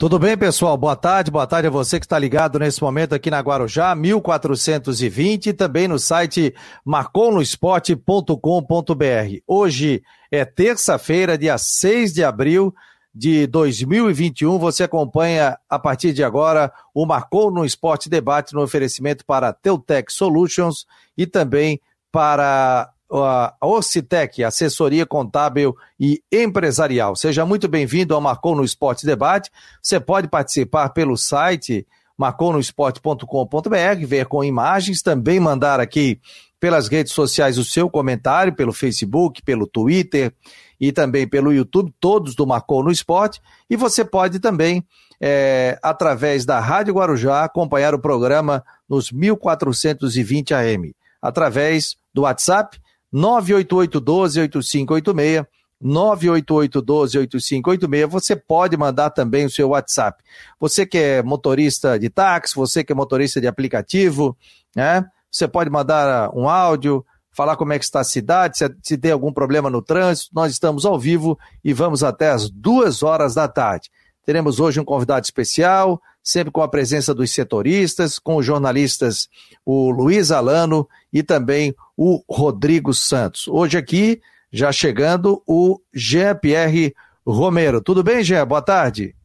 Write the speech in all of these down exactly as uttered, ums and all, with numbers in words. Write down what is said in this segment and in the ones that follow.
Tudo bem, pessoal? Boa tarde, boa tarde a você que está ligado nesse momento aqui na Guarujá, mil quatrocentos e vinte, e também no site marcou no esporte ponto com ponto b r. Hoje é terça-feira, dia seis de abril de dois mil e vinte e um. Você acompanha a partir de agora o Marcou no Esporte Debate no oferecimento para a Teutec Solutions e também para a Orcitec, assessoria contábil e empresarial. Seja muito bem-vindo ao Marcou no Esporte Debate. Você pode participar pelo site marcou no esporte ponto com ponto b r, ver com imagens, também mandar aqui pelas redes sociais o seu comentário, pelo Facebook, pelo Twitter e também pelo YouTube, todos do Marcou no Esporte. E você pode também, é, através da Rádio Guarujá, acompanhar o programa nos mil quatrocentos e vinte A M, através do WhatsApp nove oito oito um dois oito cinco oito seis, nove oito oito um dois oito cinco oito seis. Você pode mandar também o seu WhatsApp. Você que é motorista de táxi, você que é motorista de aplicativo, né? Você pode mandar um áudio, falar como é que está a cidade, se, se tem algum problema no trânsito. Nós estamos ao vivo e vamos até as duas horas da tarde. Teremos hoje um convidado especial, sempre com a presença dos setoristas, com os jornalistas, o Luiz Alano e também o Rodrigo Santos. Hoje aqui, já chegando, o Jean Pierre Romero. Tudo bem, Jean? Boa tarde.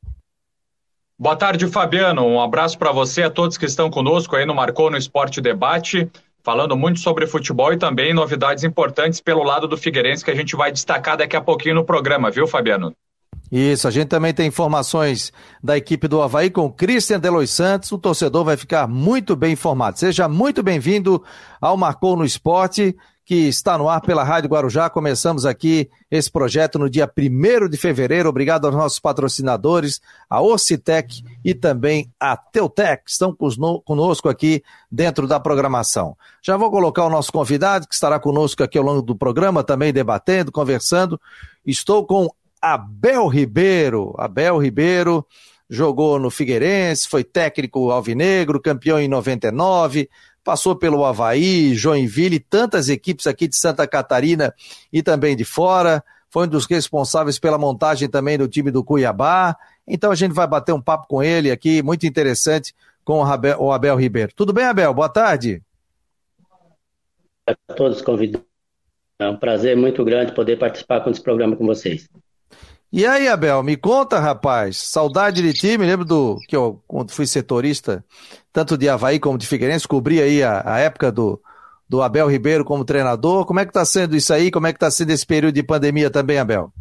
Boa tarde, Fabiano. Um abraço para você, a todos que estão conosco aí no Marcou no Esporte Debate, falando muito sobre futebol e também novidades importantes pelo lado do Figueirense que a gente vai destacar daqui a pouquinho no programa, viu, Fabiano? Isso, a gente também tem informações da equipe do Avaí com o Christian Delois Santos. O torcedor vai ficar muito bem informado. Seja muito bem-vindo ao Marcou no Esporte, que está no ar pela Rádio Guarujá. Começamos aqui esse projeto no dia primeiro de fevereiro. Obrigado aos nossos patrocinadores, a Orcitec e também a Teutec, que estão conosco aqui dentro da programação. Já vou colocar o nosso convidado, que estará conosco aqui ao longo do programa, também debatendo, conversando. Estou com Abel Ribeiro. Abel Ribeiro jogou no Figueirense, foi técnico alvinegro, campeão em noventa e nove, passou pelo Avaí, Joinville e tantas equipes aqui de Santa Catarina e também de fora. Foi um dos responsáveis pela montagem também do time do Cuiabá. Então a gente vai bater um papo com ele aqui, muito interessante, com o Abel, o Abel Ribeiro. Tudo bem, Abel? Boa tarde. A todos convidados. É um prazer muito grande poder participar com esse programa com vocês. E aí, Abel, me conta, rapaz, saudade de ti, me lembro do, que eu, quando fui setorista, tanto de Avaí como de Figueirense, cobri aí a, a época do, do Abel Ribeiro como treinador. Como é que tá sendo isso aí? Como é que tá sendo esse período de pandemia também, Abel?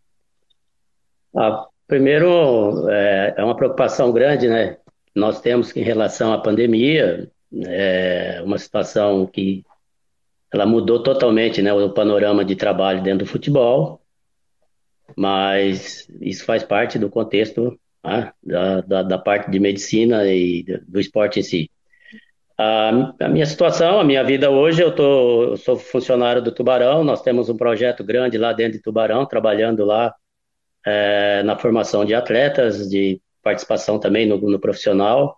Ah, primeiro, é, é uma preocupação grande, né? Nós temos em relação à pandemia, é uma situação que ela mudou totalmente, né, o panorama de trabalho dentro do futebol. Mas isso faz parte do contexto, né, da, da, da parte de medicina e do esporte em si. A, a minha situação, a minha vida hoje, eu, tô, eu sou funcionário do Tubarão, nós temos um projeto grande lá dentro de Tubarão, trabalhando lá é, na formação de atletas, de participação também no, no profissional,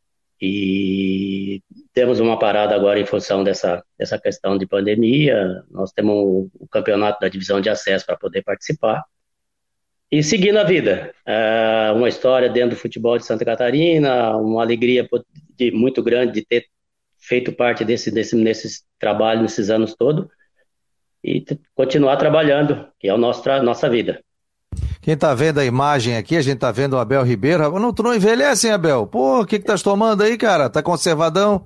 e temos uma parada agora em função dessa, dessa questão de pandemia. Nós temos o, o campeonato da divisão de acesso para poder participar. E seguindo a vida, é uma história dentro do futebol de Santa Catarina, uma alegria de, muito grande de ter feito parte desse, desse, desse trabalho nesses anos todos e t- continuar trabalhando, que é a nossa, nossa vida. Quem tá vendo a imagem aqui, a gente tá vendo o Abel Ribeiro. Não, tu não envelhece, hein, Abel? Pô, o que que tá tomando aí, cara? Tá conservadão?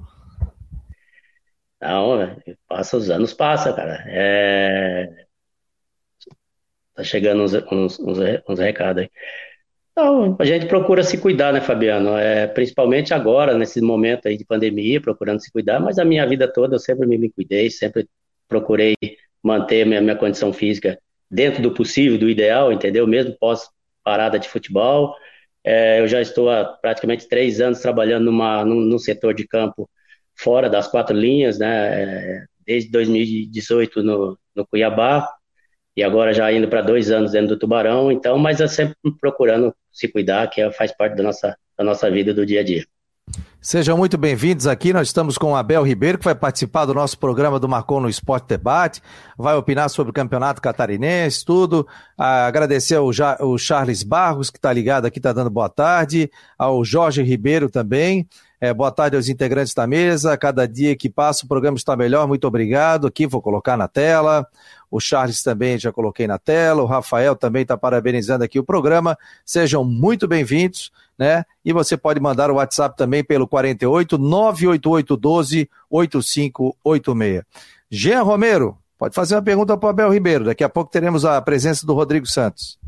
Não, passa os anos, passa, cara. É... Tá chegando uns, uns, uns, uns recados aí. Então, a gente procura se cuidar, né, Fabiano? É, principalmente agora, nesse momento aí de pandemia, procurando se cuidar, mas a minha vida toda eu sempre me, me cuidei, sempre procurei manter minha, minha condição física dentro do possível, do ideal, entendeu? Mesmo pós-parada de futebol. É, eu já estou há praticamente três anos trabalhando numa, num, num setor de campo fora das quatro linhas, né? É, desde dois mil e dezoito no, no Cuiabá, e agora já indo para dois anos dentro do Tubarão, então, mas eu sempre procurando se cuidar, que faz parte da nossa, da nossa vida do dia a dia. Sejam muito bem-vindos aqui, nós estamos com o Abel Ribeiro, que vai participar do nosso programa do Marcou no Esporte Debate, vai opinar sobre o Campeonato Catarinense, tudo. Ah, agradecer ao, ja, ao Charles Barros, que está ligado aqui, está dando boa tarde, ao Jorge Ribeiro também. É, boa tarde aos integrantes da mesa. Cada dia que passa o programa está melhor, muito obrigado. Aqui vou colocar na tela. O Charles também já coloquei na tela. O Rafael também está parabenizando aqui o programa. Sejam muito bem-vindos, né? E você pode mandar o WhatsApp também pelo quarenta e oito, nove oito oito um dois, oito cinco oito seis. Jean Romero, pode fazer uma pergunta para o Abel Ribeiro. Daqui a pouco teremos a presença do Rodrigo Santos.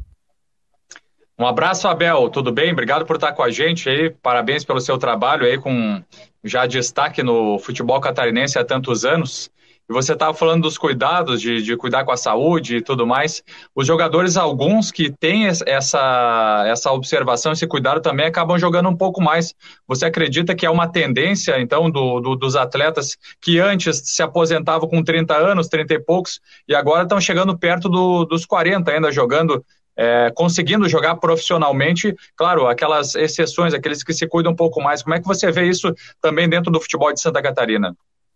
Um abraço, Abel, tudo bem? Obrigado por estar com a gente aí, parabéns pelo seu trabalho aí, com já destaque no futebol catarinense há tantos anos. E você estava falando dos cuidados, de, de cuidar com a saúde e tudo mais. Os jogadores, alguns que têm essa, essa observação, esse cuidado também, acabam jogando um pouco mais. Você acredita que é uma tendência, então, do, do, dos atletas que antes se aposentavam com trinta anos, trinta e poucos, e agora estão chegando perto do, dos quarenta ainda jogando, É, conseguindo jogar profissionalmente, claro, aquelas exceções, aqueles que se cuidam um pouco mais. Como é que você vê isso também dentro do futebol de Santa Catarina?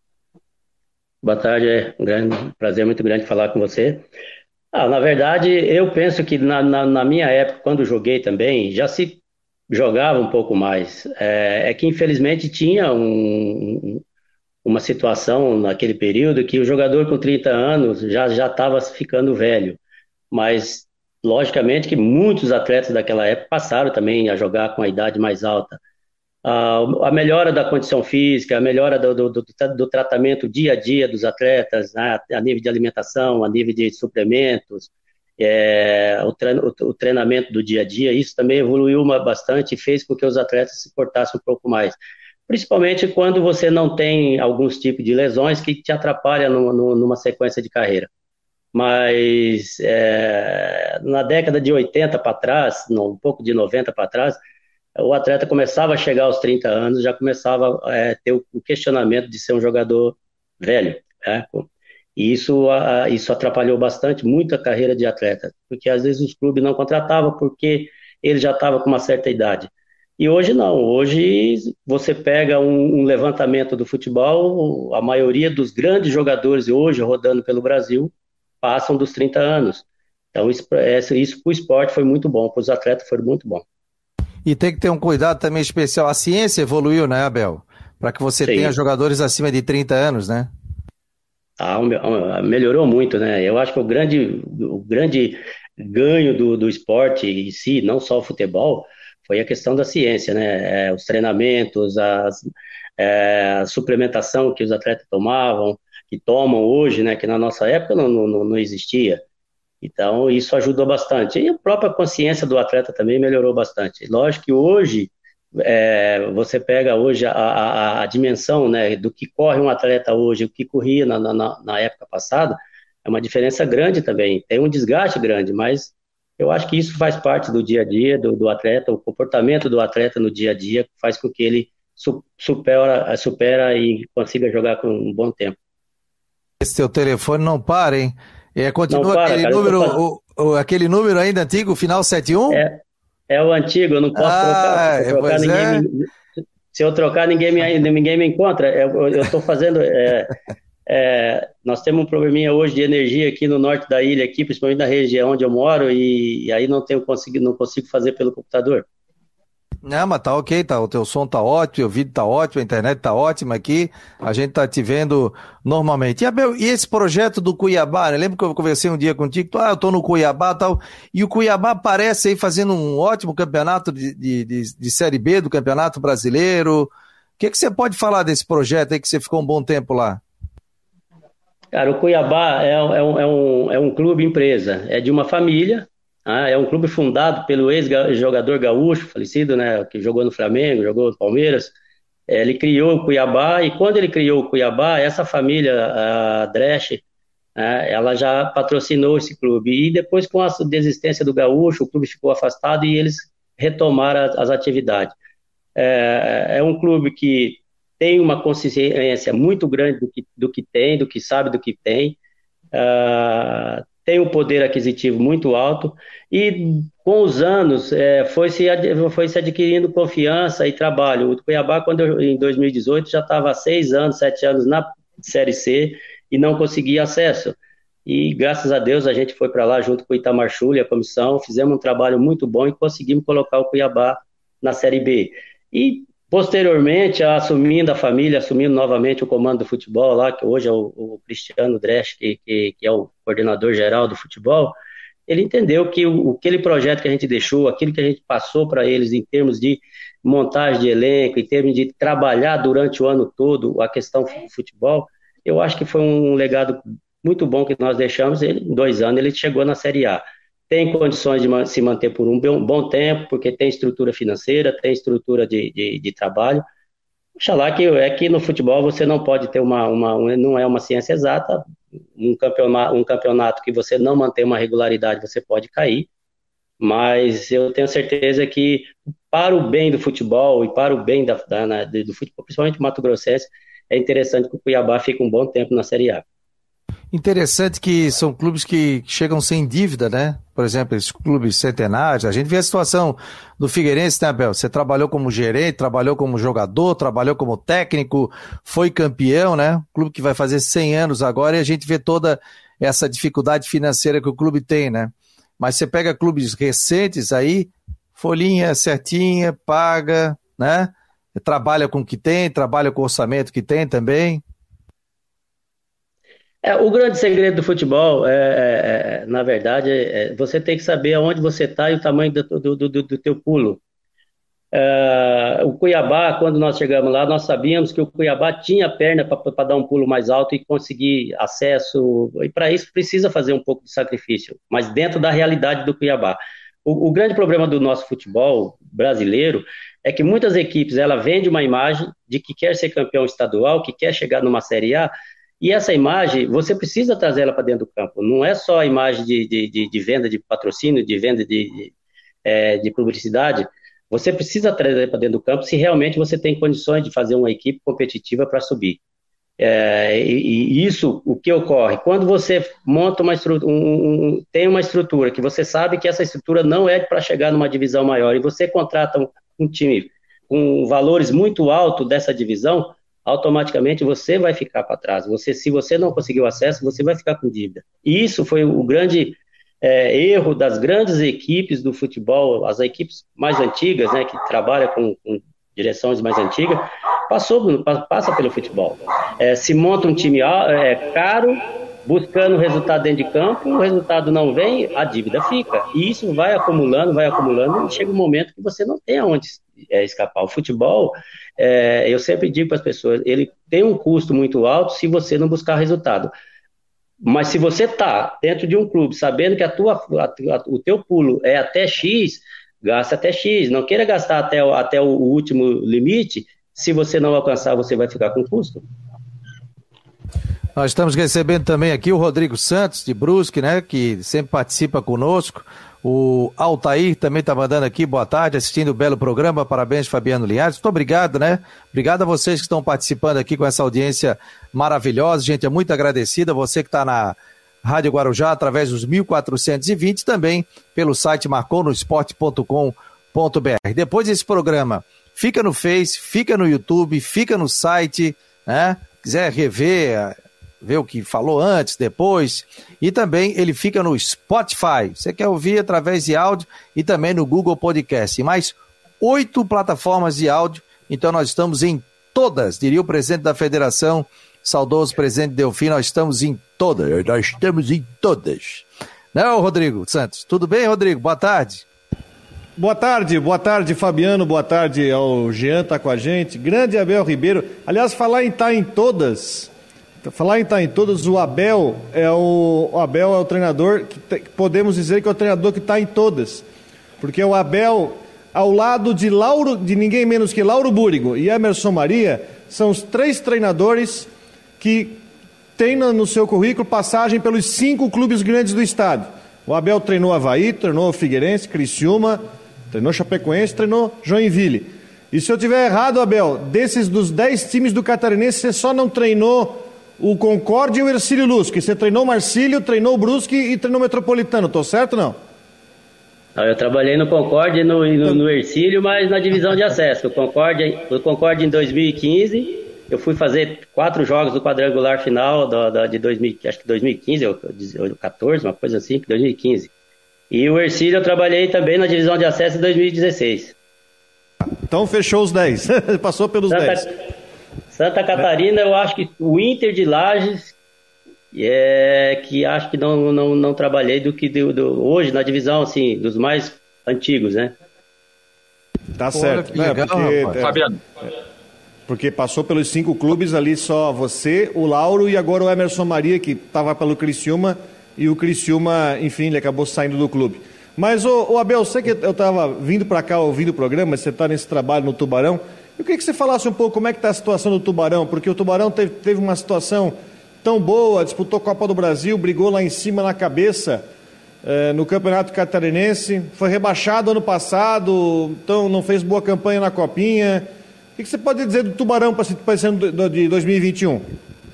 Boa tarde, é um grande, prazer muito grande falar com você. Ah, na verdade, eu penso que na, na, na minha época, quando joguei também, já se jogava um pouco mais. É, é que infelizmente tinha um, uma situação naquele período que o jogador com trinta anos já já estava ficando velho, mas logicamente que muitos atletas daquela época passaram também a jogar com a idade mais alta. A, a melhora da condição física, a melhora do, do, do, do tratamento dia a dia dos atletas, né, a nível de alimentação, a nível de suplementos, é, o, treino, o treinamento do dia a dia, isso também evoluiu uma, bastante e fez com que os atletas se portassem um pouco mais. Principalmente quando você não tem alguns tipos de lesões que te atrapalham no, no, numa sequência de carreira. Mas é, na década de oitenta para trás, não, um pouco de noventa para trás, o atleta começava a chegar aos trinta anos, já começava a é, ter o questionamento de ser um jogador velho, né? E isso, a, isso atrapalhou bastante muito a carreira de atleta, porque às vezes os clubes não contratavam porque ele já estava com uma certa idade. E hoje não, hoje você pega um, um levantamento do futebol, a maioria dos grandes jogadores hoje rodando pelo Brasil passam dos trinta anos. Então isso, isso para o esporte foi muito bom, para os atletas foi muito bom. E tem que ter um cuidado também especial. A ciência evoluiu, né, Abel? Para que você Sim. tenha jogadores acima de trinta anos, né? Ah, melhorou muito, né? Eu acho que o grande, o grande ganho do, do esporte em si, não só o futebol, foi a questão da ciência, né? É, os treinamentos, as, é, a suplementação que os atletas tomavam, que tomam hoje, né? Que na nossa época não, não, não existia. Então, isso ajudou bastante. E a própria consciência do atleta também melhorou bastante. Lógico que hoje, é, você pega hoje a, a, a dimensão, né, do que corre um atleta hoje, o que corria na, na, na época passada, é uma diferença grande também. Tem um desgaste grande, mas eu acho que isso faz parte do dia a dia do, do atleta, o comportamento do atleta no dia a dia faz com que ele su, supera, supera e consiga jogar com um bom tempo. Esse teu telefone não para, hein? É, continua não para, aquele, cara, número, fazendo... o, o, aquele número ainda antigo, final setenta e um? É, é o antigo, eu não posso ah, trocar. Se eu trocar, ninguém é. me, se eu trocar ninguém, me, ninguém me encontra. Eu estou fazendo... É, é, nós temos um probleminha hoje de energia aqui no norte da ilha, aqui, principalmente na região onde eu moro, e, e aí não, tenho conseguido, não consigo fazer pelo computador. Não, mas tá ok, tá, o teu som tá ótimo, o vídeo tá ótimo, a internet tá ótima aqui, a gente tá te vendo normalmente. E, Abel, e esse projeto do Cuiabá, né? Lembra que eu conversei um dia contigo, tu, ah, eu tô no Cuiabá e tal, e o Cuiabá aparece aí fazendo um ótimo campeonato de, de, de, de Série B do Campeonato Brasileiro. O que que você pode falar desse projeto aí que você ficou um bom tempo lá? Cara, o Cuiabá é, é, um, é, um, é um clube empresa, é de uma família. Ah, é um clube fundado pelo ex-jogador gaúcho, falecido, né, que jogou no Flamengo, jogou no Palmeiras. É, ele criou o Cuiabá, e quando ele criou o Cuiabá, essa família, a Dresch, né, ela já patrocinou esse clube. E depois, com a desistência do gaúcho, o clube ficou afastado e eles retomaram as, as atividades. É, é um clube que tem uma consciência muito grande do que, do que tem, do que sabe do que tem. Uh, tem um poder aquisitivo muito alto e com os anos é, foi, se, foi se adquirindo confiança e trabalho. O Cuiabá, quando eu, em dois mil e dezoito, já estava há seis anos, sete anos na Série C e não conseguia acesso. E graças a Deus a gente foi para lá junto com o Itamar Schulli, a comissão, fizemos um trabalho muito bom e conseguimos colocar o Cuiabá na Série B. E posteriormente, assumindo a família, assumindo novamente o comando do futebol lá, que hoje é o, o Cristiano Dresch, que, que, que é o coordenador geral do futebol, ele entendeu que o, aquele projeto que a gente deixou, aquilo que a gente passou para eles em termos de montagem de elenco, em termos de trabalhar durante o ano todo a questão do futebol, eu acho que foi um legado muito bom que nós deixamos. Ele, em dois anos ele chegou na Série A. Tem condições de se manter por um bom tempo, porque tem estrutura financeira, tem estrutura de, de, de trabalho. Oxalá que é que no futebol você não pode ter uma, uma, uma não é uma ciência exata, um campeonato, um campeonato que você não mantém uma regularidade, você pode cair, mas eu tenho certeza que para o bem do futebol e para o bem da, da, do futebol, principalmente o Mato Grossense, é interessante que o Cuiabá fique um bom tempo na Série A. Interessante que são clubes que chegam sem dívida, né? Por exemplo, esses clubes centenários. A gente vê a situação do Figueirense, né, Abel? Você trabalhou como gerente, trabalhou como jogador, trabalhou como técnico, foi campeão, né? Um clube que vai fazer cem anos agora e a gente vê toda essa dificuldade financeira que o clube tem, né? Mas você pega clubes recentes aí, folhinha certinha, paga, né? Trabalha com o que tem, trabalha com o orçamento que tem também. É, o grande segredo do futebol, é, é, na verdade, é, você tem que saber aonde você está e o tamanho do, do, do, do teu pulo. É, o Cuiabá, quando nós chegamos lá, nós sabíamos que o Cuiabá tinha perna para dar um pulo mais alto e conseguir acesso, e para isso precisa fazer um pouco de sacrifício, mas dentro da realidade do Cuiabá. O, o grande problema do nosso futebol brasileiro é que muitas equipes, ela vende uma imagem de que quer ser campeão estadual, que quer chegar numa Série A. E essa imagem, você precisa trazer ela para dentro do campo. Não é só a imagem de, de, de venda de patrocínio, de venda de, de, é, de publicidade. Você precisa trazer para dentro do campo se realmente você tem condições de fazer uma equipe competitiva para subir. É, e, e isso, o que ocorre? Quando você monta uma estrutura, um, um, tem uma estrutura que você sabe que essa estrutura não é para chegar numa divisão maior e você contrata um, um time com valores muito altos dessa divisão, automaticamente você vai ficar para trás. Você, se você não conseguiu acesso, você vai ficar com dívida. E isso foi o grande é, erro das grandes equipes do futebol, as equipes mais antigas, né, que trabalham com, com direções mais antigas, passou, passa pelo futebol. É, se monta um time é, caro, buscando resultado dentro de campo, o resultado não vem, a dívida fica. E isso vai acumulando, vai acumulando, e chega um momento que você não tem aonde é, escapar. O futebol, é, eu sempre digo para as pessoas, ele tem um custo muito alto se você não buscar resultado. Mas se você está dentro de um clube, sabendo que a tua, a, a, o teu pulo é até X, gasta até X. Não queira gastar até, até o último limite, se você não alcançar, você vai ficar com custo. Nós estamos recebendo também aqui o Rodrigo Santos, de Brusque, né, que sempre participa conosco. O Altair também está mandando aqui, boa tarde, assistindo o belo programa, parabéns, Fabiano Linhares. Muito obrigado, né? Obrigado a vocês que estão participando aqui com essa audiência maravilhosa. Gente, é muito agradecida. Você que está na Rádio Guarujá, através dos mil quatrocentos e vinte, também pelo site marcou no esporte ponto com ponto b r. Depois desse programa, fica no Face, fica no YouTube, fica no site, né? Quiser rever, ver o que falou antes, depois, e também ele fica no Spotify. Você quer ouvir através de áudio e também no Google Podcast. E mais oito plataformas de áudio, então nós estamos em todas, diria o presidente da federação, saudoso presidente Delfim, nós estamos em todas, nós estamos em todas. Não, Rodrigo Santos? Tudo bem, Rodrigo? Boa tarde. Boa tarde, boa tarde, Fabiano, boa tarde ao Jean, tá com a gente, grande Abel Ribeiro. Aliás, falar em estar em todas, falar em estar em todas, o Abel é o, o Abel é o treinador, que te, podemos dizer que é o treinador que está em todas, porque o Abel, ao lado de Lauro, de ninguém menos que Lauro Búrigo e Emerson Maria, são os três treinadores que têm no seu currículo passagem pelos cinco clubes grandes do estado. O Abel treinou Avaí, treinou o Figueirense, Criciúma, treinou Chapecoense, treinou Joinville. E se eu tiver errado, Abel, desses dos dez times do Catarinense, você só não treinou o Concórdia e o Hercílio Luz, que você treinou o Marcílio, treinou o Brusque e treinou o Metropolitano, tô certo ou não? Não, eu trabalhei no Concórdia e no, no, no Hercílio, mas na divisão de acesso. O Concórdia, o Concórdia em dois mil e quinze, eu fui fazer quatro jogos do quadrangular final do, do, de dois mil, acho que dois mil e quinze ou quatorze, uma coisa assim, dois mil e quinze. E o Hercílio eu trabalhei também na divisão de acesso em dois mil e dezesseis. Então fechou os dez, passou pelos Santa, dez. Santa Catarina, eu acho que o Inter de Lages, é, que acho que não, não, não trabalhei do que do, do, hoje na divisão assim, dos mais antigos, né? Tá certo. Não, legal, porque, é, Fabiano. porque passou pelos cinco clubes ali, só você, o Lauro e agora o Emerson Maria, que estava pelo Criciúma, e o Criciúma, enfim, ele acabou saindo do clube. Mas, ô, ô Abel, eu sei que eu estava vindo para cá ouvindo o programa, você está nesse trabalho no Tubarão, eu queria que você falasse um pouco como é que está a situação do Tubarão, porque o Tubarão teve, teve uma situação tão boa, disputou a Copa do Brasil, brigou lá em cima na cabeça eh, no Campeonato Catarinense, foi rebaixado ano passado, então não fez boa campanha na Copinha. O que você pode dizer do Tubarão para esse ano de dois mil e vinte e um?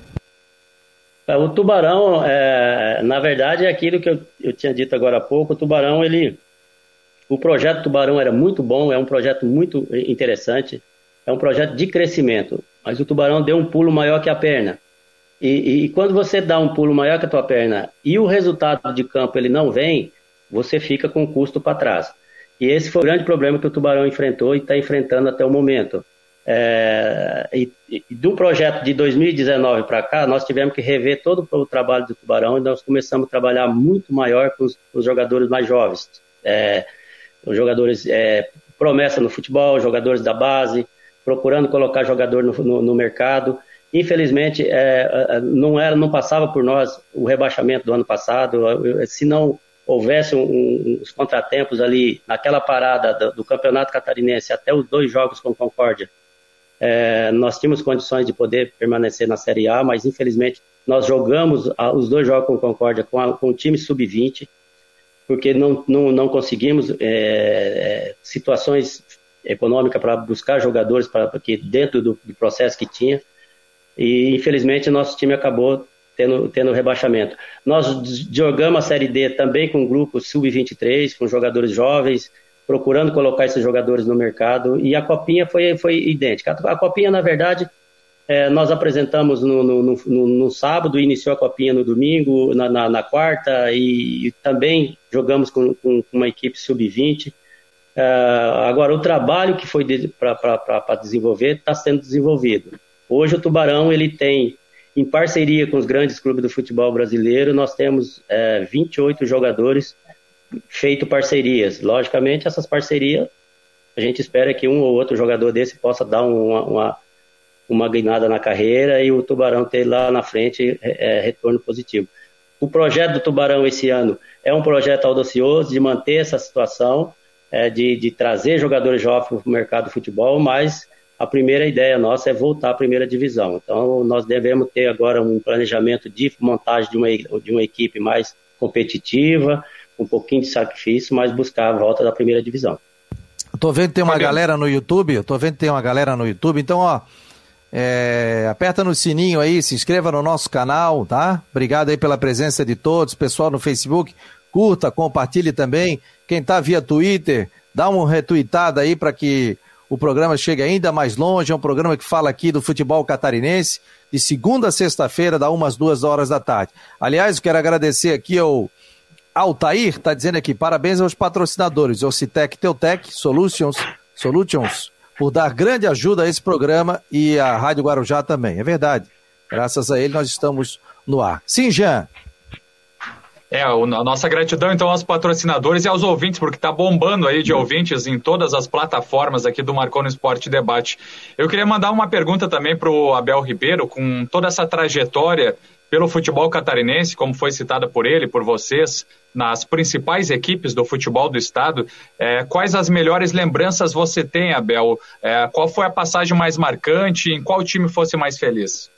O Tubarão, é, na verdade, é aquilo que eu, eu tinha dito agora há pouco. O Tubarão, ele, o projeto Tubarão era muito bom, é um projeto muito interessante, é um projeto de crescimento, mas o Tubarão deu um pulo maior que a perna. E, e, e quando você dá um pulo maior que a tua perna e o resultado de campo ele não vem, você fica com o custo para trás. E esse foi o grande problema que o Tubarão enfrentou e está enfrentando até o momento. É, e, e do projeto de dois mil e dezenove para cá, nós tivemos que rever todo o trabalho do Tubarão e nós começamos a trabalhar muito maior com os, com os jogadores mais jovens. É, os jogadores é, promessa no futebol, jogadores da base, procurando colocar jogador no, no, no mercado. Infelizmente, é, não, era, não passava por nós o rebaixamento do ano passado. Se não houvesse um, um, uns contratempos ali, naquela parada do, do Campeonato Catarinense, até os dois jogos com Concórdia, é, nós tínhamos condições de poder permanecer na Série A, mas infelizmente nós jogamos a, os dois jogos com Concórdia com, a, com o time sub vinte, porque não, não, não conseguimos é, é, situações econômicas para buscar jogadores pra, porque dentro do, do processo que tinha, e infelizmente nosso time acabou tendo, tendo rebaixamento. Nós jogamos a Série D também com um grupo sub vinte e três, com jogadores jovens, procurando colocar esses jogadores no mercado, e a Copinha foi, foi idêntica. A Copinha, na verdade, é, nós apresentamos no, no, no, no sábado, iniciou a Copinha no domingo, na, na, na quarta, e, e também jogamos com, com uma equipe sub vinte. É, agora, o trabalho que foi de, para desenvolver está sendo desenvolvido. Hoje o Tubarão ele tem, em parceria com os grandes clubes do futebol brasileiro, nós temos é, vinte e oito jogadores feito parcerias. Logicamente, essas parcerias, a gente espera que um ou outro jogador desse possa dar uma, uma, uma guinada na carreira e o Tubarão ter lá na frente é, retorno positivo. O projeto do Tubarão esse ano é um projeto audacioso de manter essa situação, é, de, de trazer jogadores jovens para o mercado do futebol, mas a primeira ideia nossa é voltar à primeira divisão. Então, nós devemos ter agora um planejamento de montagem de uma, de uma equipe mais competitiva, um pouquinho de sacrifício, mas buscar a volta da primeira divisão. Tô vendo que tem uma galera no YouTube, tô vendo que tem uma galera no YouTube, então, ó, é, aperta no sininho aí, se inscreva no nosso canal, tá? Obrigado aí pela presença de todos, pessoal no Facebook, curta, compartilhe também. Quem tá via Twitter, dá uma retweetada aí para que o programa chegue ainda mais longe. É um programa que fala aqui do futebol catarinense, de segunda a sexta-feira, da uma às duas horas da tarde. Aliás, eu quero agradecer aqui ao Altair, está dizendo aqui, parabéns aos patrocinadores, Ocitec, Teutec, Solutions, Solutions, por dar grande ajuda a esse programa e a Rádio Guarujá também. É verdade. Graças a ele nós estamos no ar. Sim, Jean. É, a nossa gratidão então aos patrocinadores e aos ouvintes, porque está bombando aí de ouvintes em todas as plataformas aqui do Marcou no Esporte Debate. Eu queria mandar uma pergunta também para o Abel Ribeiro, com toda essa trajetória pelo futebol catarinense, como foi citada por ele, por vocês, nas principais equipes do futebol do estado. É, quais as melhores lembranças você tem, Abel? É, qual foi a passagem mais marcante? Em qual time fosse mais feliz?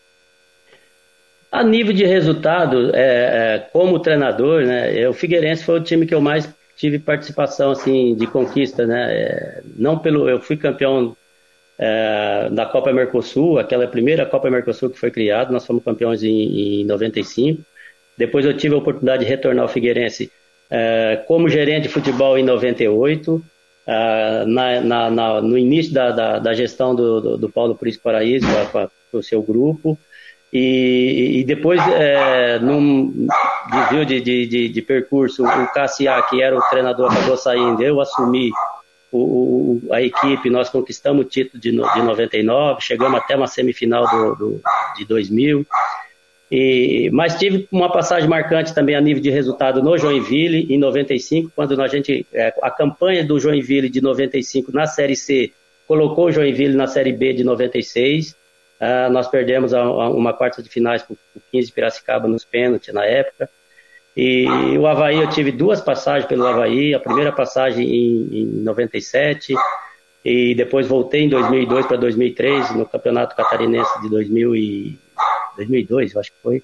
A nível de resultado, é, é, como treinador, né, o Figueirense foi o time que eu mais tive participação assim, de conquista. Né, é, não pelo, eu fui campeão é, da Copa Mercosul, aquela primeira Copa Mercosul que foi criada, nós fomos campeões em, em noventa e cinco. Depois eu tive a oportunidade de retornar ao Figueirense é, como gerente de futebol em noventa e oito, é, na, na, na, no início da, da, da gestão do, do, do Paulo Prisco Paraíso, com o seu grupo. E, e depois, é, num desvio de, de, de, de percurso, o Cassiá, que era o treinador, acabou saindo, eu assumi o, o, a equipe, nós conquistamos o título de, de noventa e nove, chegamos até uma semifinal do, do, de dois mil, e, mas tive uma passagem marcante também a nível de resultado no Joinville, em noventa e cinco, quando a gente, a campanha do Joinville de noventa e cinco na Série C, colocou o Joinville na Série B de noventa e seis. Uh, nós perdemos a, a uma quarta de finais com o quinze de Piracicaba nos pênaltis na época. E o Avaí, eu tive duas passagens pelo Avaí, a primeira passagem em, em noventa e sete, e depois voltei em dois mil e dois para dois mil e três, no Campeonato Catarinense de dois mil e dois, eu acho que foi.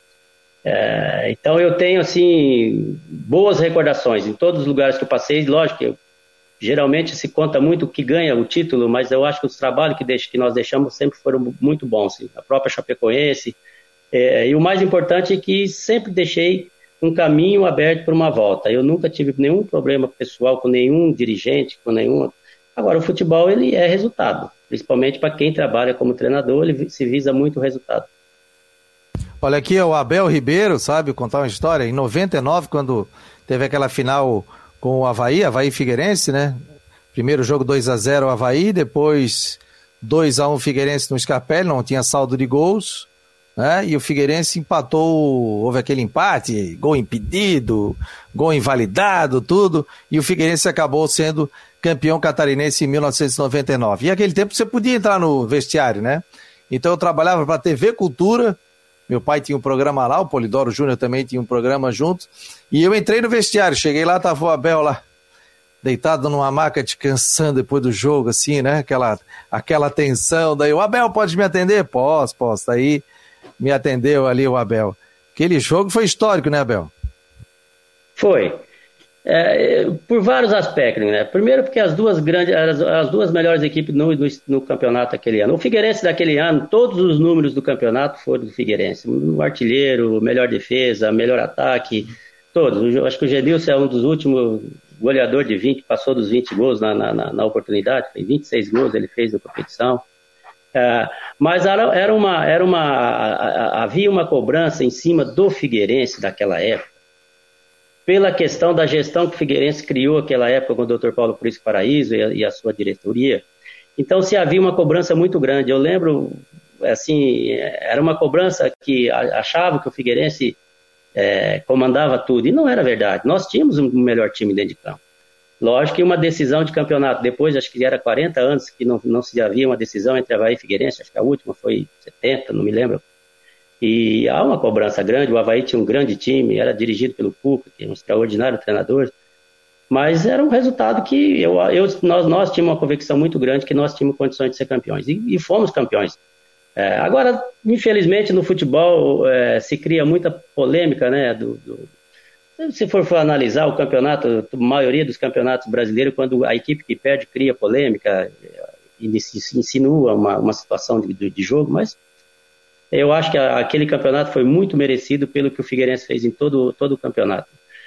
É, então eu tenho, assim, boas recordações em todos os lugares que eu passei. Lógico que eu, geralmente se conta muito o que ganha o título, mas eu acho que os trabalhos que, deixo, que nós deixamos sempre foram muito bons. Assim, a própria Chapecoense. É, e o mais importante é que sempre deixei um caminho aberto para uma volta. Eu nunca tive nenhum problema pessoal com nenhum dirigente, com nenhum... Agora, o futebol ele é resultado. Principalmente para quem trabalha como treinador, ele se visa muito o resultado. Olha aqui, o Abel Ribeiro, sabe, contar uma história. Em noventa e nove, quando teve aquela final com o Avaí, Avaí Figueirense, né? Primeiro jogo dois a zero o Avaí, depois dois a um Figueirense no Scarpelli, não tinha saldo de gols, né? E o Figueirense empatou, houve aquele empate, gol impedido, gol invalidado, tudo, e o Figueirense acabou sendo campeão catarinense em mil novecentos e noventa e nove. E naquele tempo você podia entrar no vestiário, né? Então eu trabalhava para a T V Cultura, meu pai tinha um programa lá, o Polidoro Júnior também tinha um programa junto, e eu entrei no vestiário, cheguei lá, tava o Abel lá, deitado numa maca, descansando depois do jogo, assim, né, aquela, aquela tensão, daí o Abel, pode me atender? Posso, posso, daí me atendeu ali o Abel. Aquele jogo foi histórico, né, Abel? Foi. É, por vários aspectos, né? Primeiro porque as duas grandes, as, as duas melhores equipes no, no, no campeonato daquele ano. O Figueirense daquele ano, todos os números do campeonato foram do Figueirense. O artilheiro, melhor defesa, melhor ataque, todos. Eu acho que o Gedilson é um dos últimos goleadores de vinte, passou dos vinte gols na, na, na oportunidade, foi vinte e seis gols ele fez na competição. É, mas era, era uma, era uma, havia uma cobrança em cima do Figueirense daquela época, pela questão da gestão que o Figueirense criou naquela época com o doutor Paulo Prisco Paraíso e a, e a sua diretoria. Então, se havia uma cobrança muito grande. Eu lembro, assim, era uma cobrança que achava que o Figueirense é, comandava tudo, e não era verdade. Nós tínhamos um melhor time dentro de campo. Lógico que uma decisão de campeonato, depois, acho que era quarenta anos que não, não se havia uma decisão entre Avaí e Figueirense, acho que a última foi setenta, não me lembro. E há uma cobrança grande, o Avaí tinha um grande time, era dirigido pelo Cuca, que é um extraordinário treinador, mas era um resultado que eu, eu, nós, nós tínhamos uma convicção muito grande que nós tínhamos condições de ser campeões, e, e fomos campeões. É, agora, infelizmente, no futebol é, se cria muita polêmica, né? Do, do, se for, for analisar o campeonato, a maioria dos campeonatos brasileiros, quando a equipe que perde cria polêmica, e se insinua uma, uma situação de, de jogo, mas eu acho que aquele campeonato foi muito merecido pelo que o Figueirense fez em todo, todo o campeonato.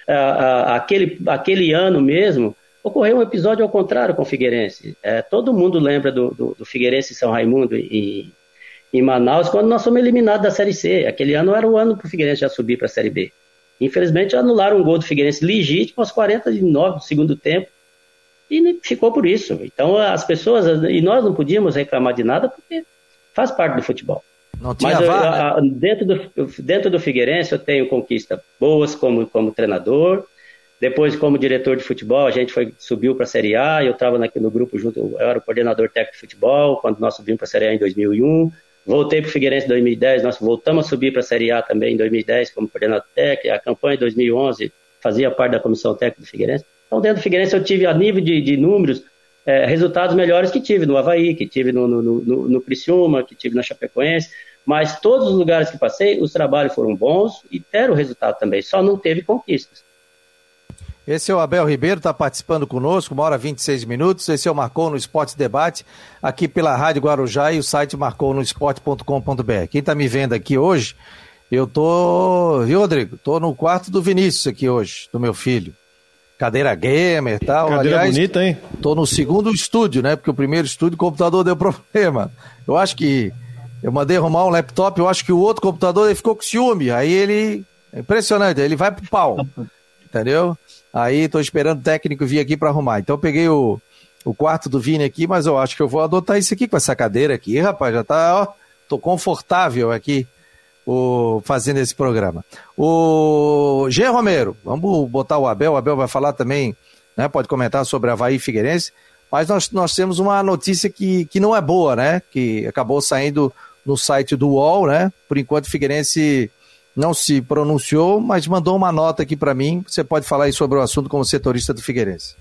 Aquele, aquele ano mesmo, ocorreu um episódio ao contrário com o Figueirense. É, todo mundo lembra do, do, do Figueirense e São Raimundo em, em Manaus, quando nós fomos eliminados da Série C. Aquele ano era o ano para o Figueirense já subir para a Série B. Infelizmente, anularam um gol do Figueirense legítimo aos quarenta e nove do segundo tempo e ficou por isso. Então, as pessoas, e nós não podíamos reclamar de nada porque faz parte do futebol. Não tinha Mas V A R, eu, a, dentro, do, dentro do Figueirense eu tenho conquistas boas como, como treinador. Depois, como diretor de futebol, a gente foi, subiu para a Série A. Eu estava no grupo junto, eu era o coordenador técnico de futebol quando nós subimos para a Série A em dois mil e um. Voltei para o Figueirense em dois mil e dez, nós voltamos a subir para a Série A também em dois mil e dez como coordenador técnico. A campanha de dois mil e onze fazia parte da comissão técnica do Figueirense. Então, dentro do Figueirense eu tive, a nível de, de números, É, resultados melhores que tive no Avaí, que tive no, no, no, no Criciúma, que tive na Chapecoense, mas todos os lugares que passei, os trabalhos foram bons e deram resultado também, só não teve conquistas. Esse é o Abel Ribeiro, está participando conosco, uma hora e vinte e seis minutos. Esse é o Marcou no Esporte Debate, aqui pela Rádio Guarujá e o site marcou no esporte ponto com ponto b r. Quem está me vendo aqui hoje, eu tô, viu, Rodrigo? Tô no quarto do Vinícius aqui hoje, do meu filho. Cadeira gamer e tal. Cadeira Aliás, bonita, hein? Tô no segundo estúdio, né? Porque o primeiro estúdio, o computador deu problema. Eu acho que eu mandei arrumar um laptop, eu acho que o outro computador ele ficou com ciúme. Aí ele, é impressionante, ele vai pro pau, entendeu? Aí tô esperando o técnico vir aqui para arrumar. Então eu peguei o, o quarto do Vini aqui, mas eu acho que eu vou adotar isso aqui com essa cadeira aqui, rapaz. Já tá, ó, tô confortável aqui o, fazendo esse programa. O G. Romero, vamos botar o Abel. O Abel vai falar também, né? Pode comentar sobre Avaí e Figueirense. Mas nós, nós temos uma notícia que, que não é boa, né? Que acabou saindo no site do U O L, né? Por enquanto o Figueirense não se pronunciou, mas mandou uma nota aqui para mim. Você pode falar aí sobre o assunto como setorista do Figueirense.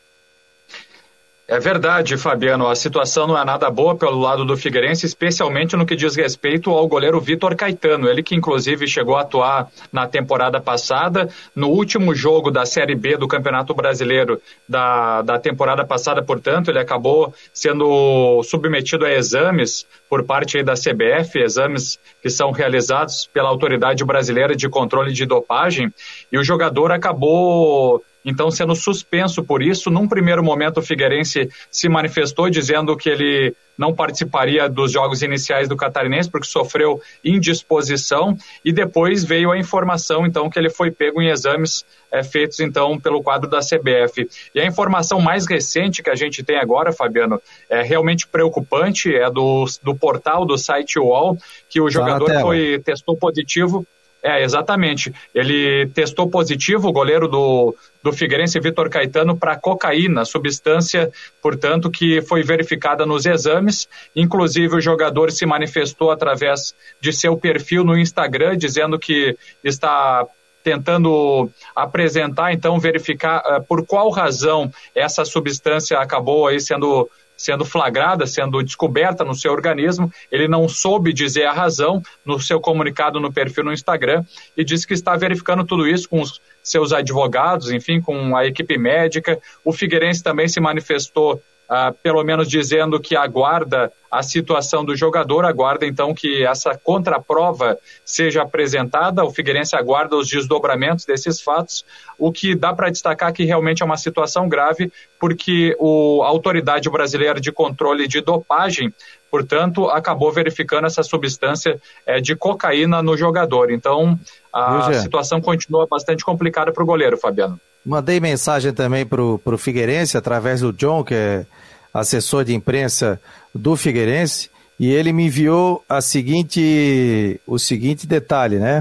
É verdade, Fabiano, a situação não é nada boa pelo lado do Figueirense, especialmente no que diz respeito ao goleiro Vitor Caetano, ele que inclusive chegou a atuar na temporada passada, no último jogo da Série B do Campeonato Brasileiro da, da temporada passada, portanto, ele acabou sendo submetido a exames por parte aí da C B F, exames que são realizados pela Autoridade Brasileira de Controle de Dopagem, e o jogador acabou então sendo suspenso por isso. Num primeiro momento o Figueirense se manifestou dizendo que ele não participaria dos jogos iniciais do Catarinense porque sofreu indisposição, e depois veio a informação então que ele foi pego em exames é, feitos então pelo quadro da C B F. E a informação mais recente que a gente tem agora, Fabiano, é realmente preocupante, é do, do portal do site U O L, que o jogador foi, testou positivo. É, exatamente. Ele testou positivo, o goleiro do, do Figueirense, Vitor Caetano, para cocaína, substância, portanto, que foi verificada nos exames. Inclusive, o jogador se manifestou através de seu perfil no Instagram, dizendo que está tentando apresentar, então, verificar uh, por qual razão essa substância acabou aí sendo... sendo flagrada, sendo descoberta no seu organismo. Ele não soube dizer a razão no seu comunicado no perfil no Instagram e disse que está verificando tudo isso com os seus advogados, enfim, com a equipe médica. O Figueirense também se manifestou, ah, pelo menos dizendo que aguarda a situação do jogador, aguarda então que essa contraprova seja apresentada. O Figueirense aguarda os desdobramentos desses fatos, o que dá para destacar que realmente é uma situação grave, porque o, a Autoridade Brasileira de Controle de Dopagem, portanto, acabou verificando essa substância é, de cocaína no jogador. Então, a situação continua bastante complicada para o goleiro, Fabiano. Mandei mensagem também para o Figueirense, através do John, que é assessor de imprensa do Figueirense, e ele me enviou a seguinte, o seguinte detalhe, né?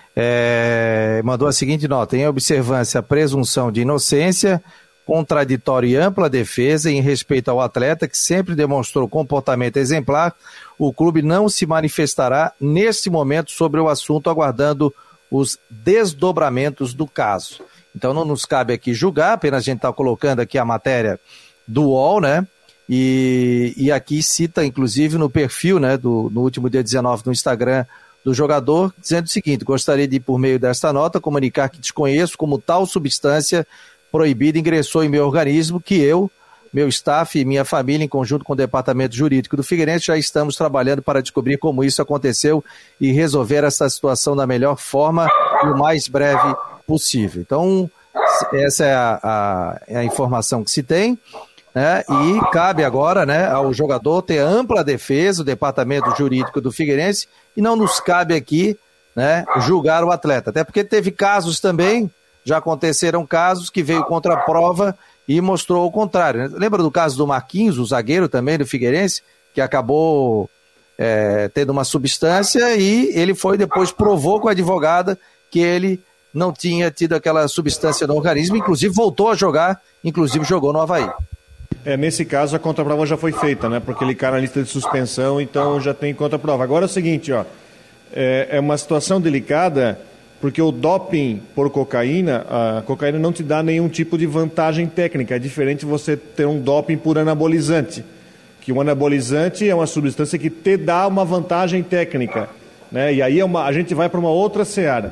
É, mandou a seguinte nota: em observância à presunção de inocência, contraditória e ampla defesa em respeito ao atleta que sempre demonstrou comportamento exemplar, o clube não se manifestará neste momento sobre o assunto, aguardando os desdobramentos do caso. Então não nos cabe aqui julgar, apenas a gente está colocando aqui a matéria do U O L, né? E, e aqui cita, inclusive, no perfil, né, do, no último dia dezenove no Instagram do jogador, dizendo o seguinte: gostaria de, por meio desta nota, comunicar que desconheço como tal substância proibida ingressou em meu organismo, que eu, meu staff e minha família, em conjunto com o departamento jurídico do Figueirense, já estamos trabalhando para descobrir como isso aconteceu e resolver essa situação da melhor forma e o mais breve possível. Então, essa é a, a, é a informação que se tem, né? E cabe agora, né, ao jogador ter ampla defesa, o departamento jurídico do Figueirense, e não nos cabe aqui, né, julgar o atleta, até porque teve casos também, já aconteceram casos que veio contra a prova e mostrou o contrário, né? Lembra do caso do Marquinhos, o zagueiro também do Figueirense, que acabou é, tendo uma substância e ele foi depois provou com a advogada que ele não tinha tido aquela substância no organismo, inclusive voltou a jogar, inclusive jogou no Avaí. É, nesse caso a contraprova já foi feita, né? Porque ele cai na lista de suspensão, então já tem contraprova. Agora é o seguinte, ó, é, é uma situação delicada, porque o doping por cocaína, a cocaína não te dá nenhum tipo de vantagem técnica. É diferente você ter um doping por anabolizante, que o anabolizante é uma substância que te dá uma vantagem técnica, né? E aí é uma, a gente vai para uma outra seara.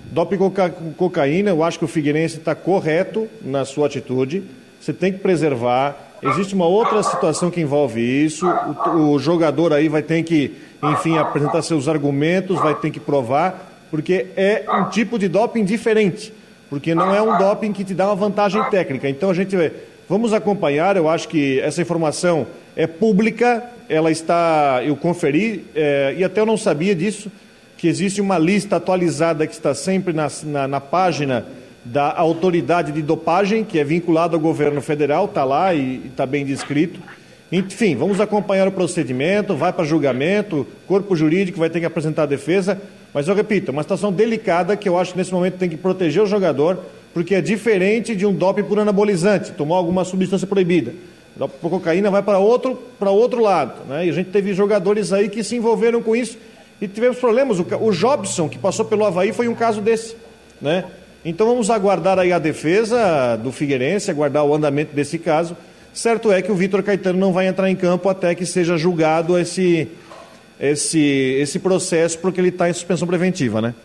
Doping com coca- cocaína, eu acho que o Figueirense está correto na sua atitude. Você tem que preservar. Existe uma outra situação que envolve isso. O, o jogador aí vai ter que, enfim, apresentar seus argumentos, vai ter que provar, porque é um tipo de doping diferente. Porque não é um doping que te dá uma vantagem técnica. Então a gente vamos acompanhar. Eu acho que essa informação é pública. Ela está, eu conferi, é, e até eu não sabia disso, que existe uma lista atualizada que está sempre na, na, na página da autoridade de dopagem, que é vinculada ao governo federal, está lá e está bem descrito. Enfim, vamos acompanhar o procedimento, vai para julgamento, corpo jurídico vai ter que apresentar a defesa, mas eu repito, é uma situação delicada que eu acho que nesse momento tem que proteger o jogador, porque é diferente de um doping por anabolizante, tomou alguma substância proibida. Doping por cocaína vai para outro, para outro lado, né? E a gente teve jogadores aí que se envolveram com isso e tivemos problemas. O, o Jobson, que passou pelo Avaí, foi um caso desse, né? Então vamos aguardar aí a defesa do Figueirense, aguardar o andamento desse caso. Certo é que o Vitor Caetano não vai entrar em campo até que seja julgado esse, esse, esse processo, porque ele está em suspensão preventiva, né?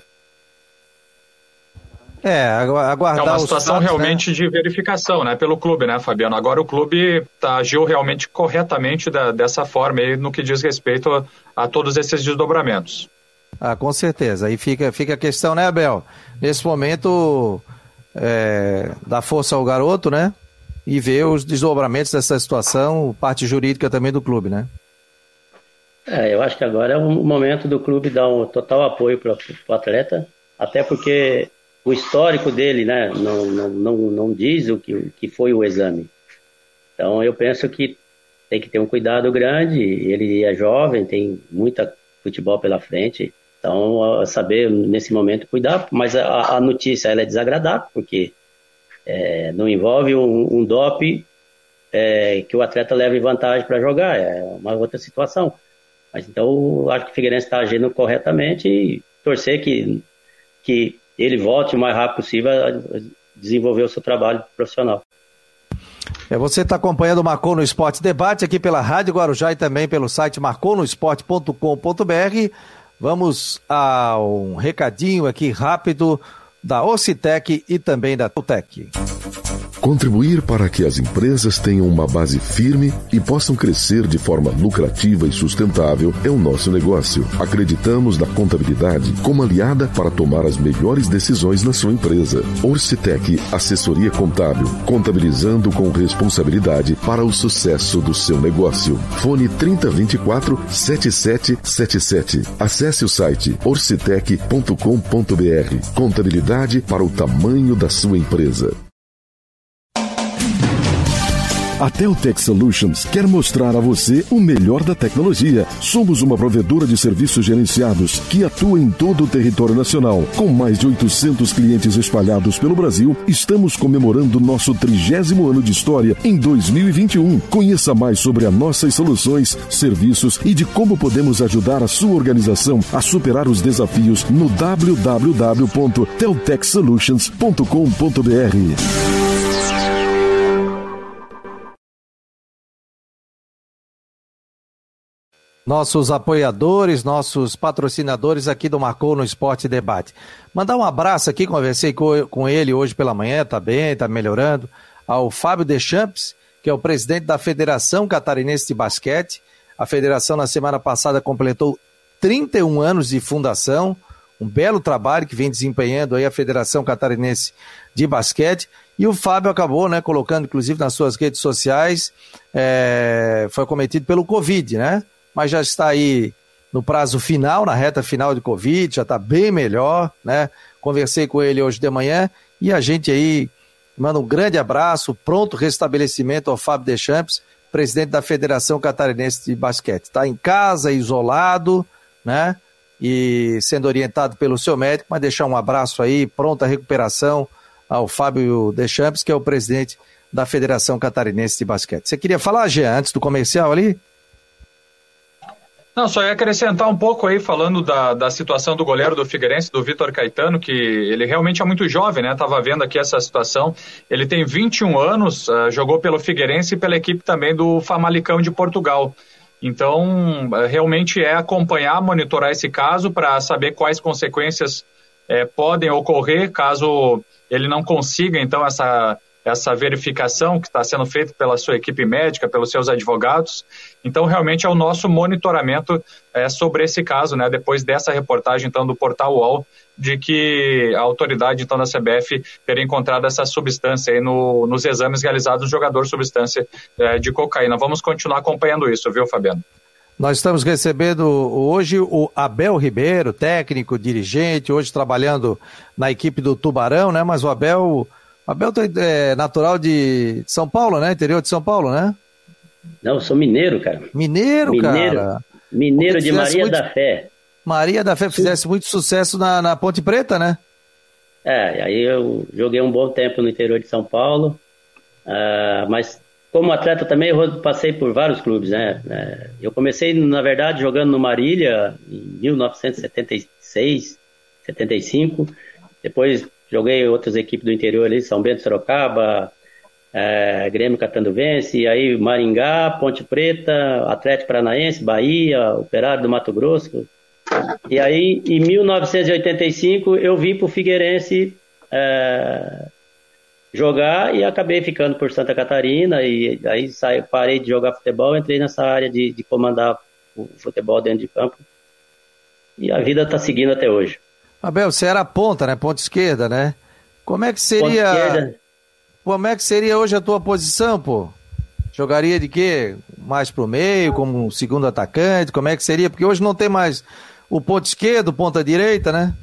É, aguardar. É uma situação fatos, realmente, né, de verificação, né, pelo clube, né, Fabiano? Agora o clube tá, agiu realmente corretamente da, dessa forma aí, no que diz respeito a, a todos esses desdobramentos. Ah, com certeza. Aí fica, fica a questão, né, Abel? Nesse momento, é, dá força ao garoto, né? E ver os desdobramentos dessa situação, parte jurídica também do clube, né? É, eu acho que agora é o momento do clube dar um total apoio para o atleta, até porque o histórico dele, né, não, não, não, não diz o que, o que foi o exame. Então eu penso que tem que ter um cuidado grande, ele é jovem, tem muita futebol pela frente. Então, saber, nesse momento, cuidar. Mas a, a notícia ela é desagradável, porque é, não envolve um, um doping é, que o atleta leve vantagem para jogar. É uma outra situação. Mas, então, acho que o Figueirense está agindo corretamente e torcer que, que ele volte o mais rápido possível a desenvolver o seu trabalho profissional. É, você está acompanhando o Marcou no Esporte Debate aqui pela Rádio Guarujá e também pelo site marcou no esporte ponto com ponto b r. Vamos a um recadinho aqui rápido da Orcitec e também da Tutec. Contribuir para que as empresas tenham uma base firme e possam crescer de forma lucrativa e sustentável é o nosso negócio. Acreditamos na contabilidade como aliada para tomar as melhores decisões na sua empresa. Orcitec, assessoria contábil, contabilizando com responsabilidade para o sucesso do seu negócio. Fone trinta, vinte e quatro, setenta e sete setenta e sete. Acesse o site orcitec ponto com ponto b r. Contabilidade para o tamanho da sua empresa. A Teltec Solutions quer mostrar a você o melhor da tecnologia. Somos uma provedora de serviços gerenciados que atua em todo o território nacional. Com mais de oitocentos clientes espalhados pelo Brasil, estamos comemorando nosso trigésimo ano de história em dois mil e vinte e um. Conheça mais sobre as nossas soluções, serviços e de como podemos ajudar a sua organização a superar os desafios no w w w ponto teltec solutions ponto com ponto b r. Nossos apoiadores, nossos patrocinadores aqui do Marcou no Esporte Debate. Mandar um abraço aqui, conversei com, com ele hoje pela manhã, tá bem, tá melhorando, ao Fábio Deschamps, que é o presidente da Federação Catarinense de Basquete. A federação na semana passada completou trinta e um anos de fundação, um belo trabalho que vem desempenhando aí a Federação Catarinense de Basquete. E o Fábio acabou, né, colocando inclusive nas suas redes sociais, é, foi cometido pelo Covid, né? Mas já está aí no prazo final, na reta final de Covid, já está bem melhor, né? Conversei com ele hoje de manhã e a gente aí manda um grande abraço, pronto restabelecimento ao Fábio Deschamps, presidente da Federação Catarinense de Basquete. Está em casa, isolado, né? E sendo orientado pelo seu médico, mas deixar um abraço aí, pronta recuperação ao Fábio Deschamps, que é o presidente da Federação Catarinense de Basquete. Você queria falar, Jean, antes do comercial ali? Não, só ia acrescentar um pouco aí, falando da, da situação do goleiro do Figueirense, do Vitor Caetano, que ele realmente é muito jovem, né? Tava vendo aqui essa situação. Ele tem vinte e um anos, uh, jogou pelo Figueirense e pela equipe também do Famalicão de Portugal. Então, uh, realmente é acompanhar, monitorar esse caso para saber quais consequências é, podem ocorrer caso ele não consiga, então, essa, essa verificação que está sendo feita pela sua equipe médica, pelos seus advogados. Então, realmente, é o nosso monitoramento é, sobre esse caso, né, depois dessa reportagem, então, do Portal U O L, de que a autoridade, então, da C B F teria encontrado essa substância aí no, nos exames realizados no jogador, substância é, de cocaína. Vamos continuar acompanhando isso, viu, Fabiano? Nós estamos recebendo hoje o Abel Ribeiro, técnico, dirigente, hoje trabalhando na equipe do Tubarão, né? Mas o Abel, Abel é natural de São Paulo, né? Interior de São Paulo, né? Não, eu sou mineiro, cara. Mineiro, mineiro cara? Mineiro de Maria muito... da Fé. Maria da Fé fizesse muito sucesso na, na Ponte Preta, né? É, aí eu joguei um bom tempo no interior de São Paulo, uh, mas como atleta também eu passei por vários clubes, né? Eu comecei, na verdade, jogando no Marília em mil novecentos e setenta e seis, setenta e cinco. Depois joguei outras equipes do interior ali, São Bento, Sorocaba, é, Grêmio Catanduvense, e aí Maringá, Ponte Preta, Atlético Paranaense, Bahia, Operário do Mato Grosso. E aí, em mil novecentos e oitenta e cinco, eu vim para o Figueirense é, jogar e acabei ficando por Santa Catarina, e aí saí, parei de jogar futebol, entrei nessa área de, de comandar o futebol dentro de campo, e a vida está seguindo até hoje. Abel, você era a ponta, né? Ponta esquerda, né? Como é que seria como é que seria hoje a tua posição, pô? Jogaria de quê? Mais pro meio, como um segundo atacante? Como é que seria? Porque hoje não tem mais o ponta esquerdo, ponta direita, né?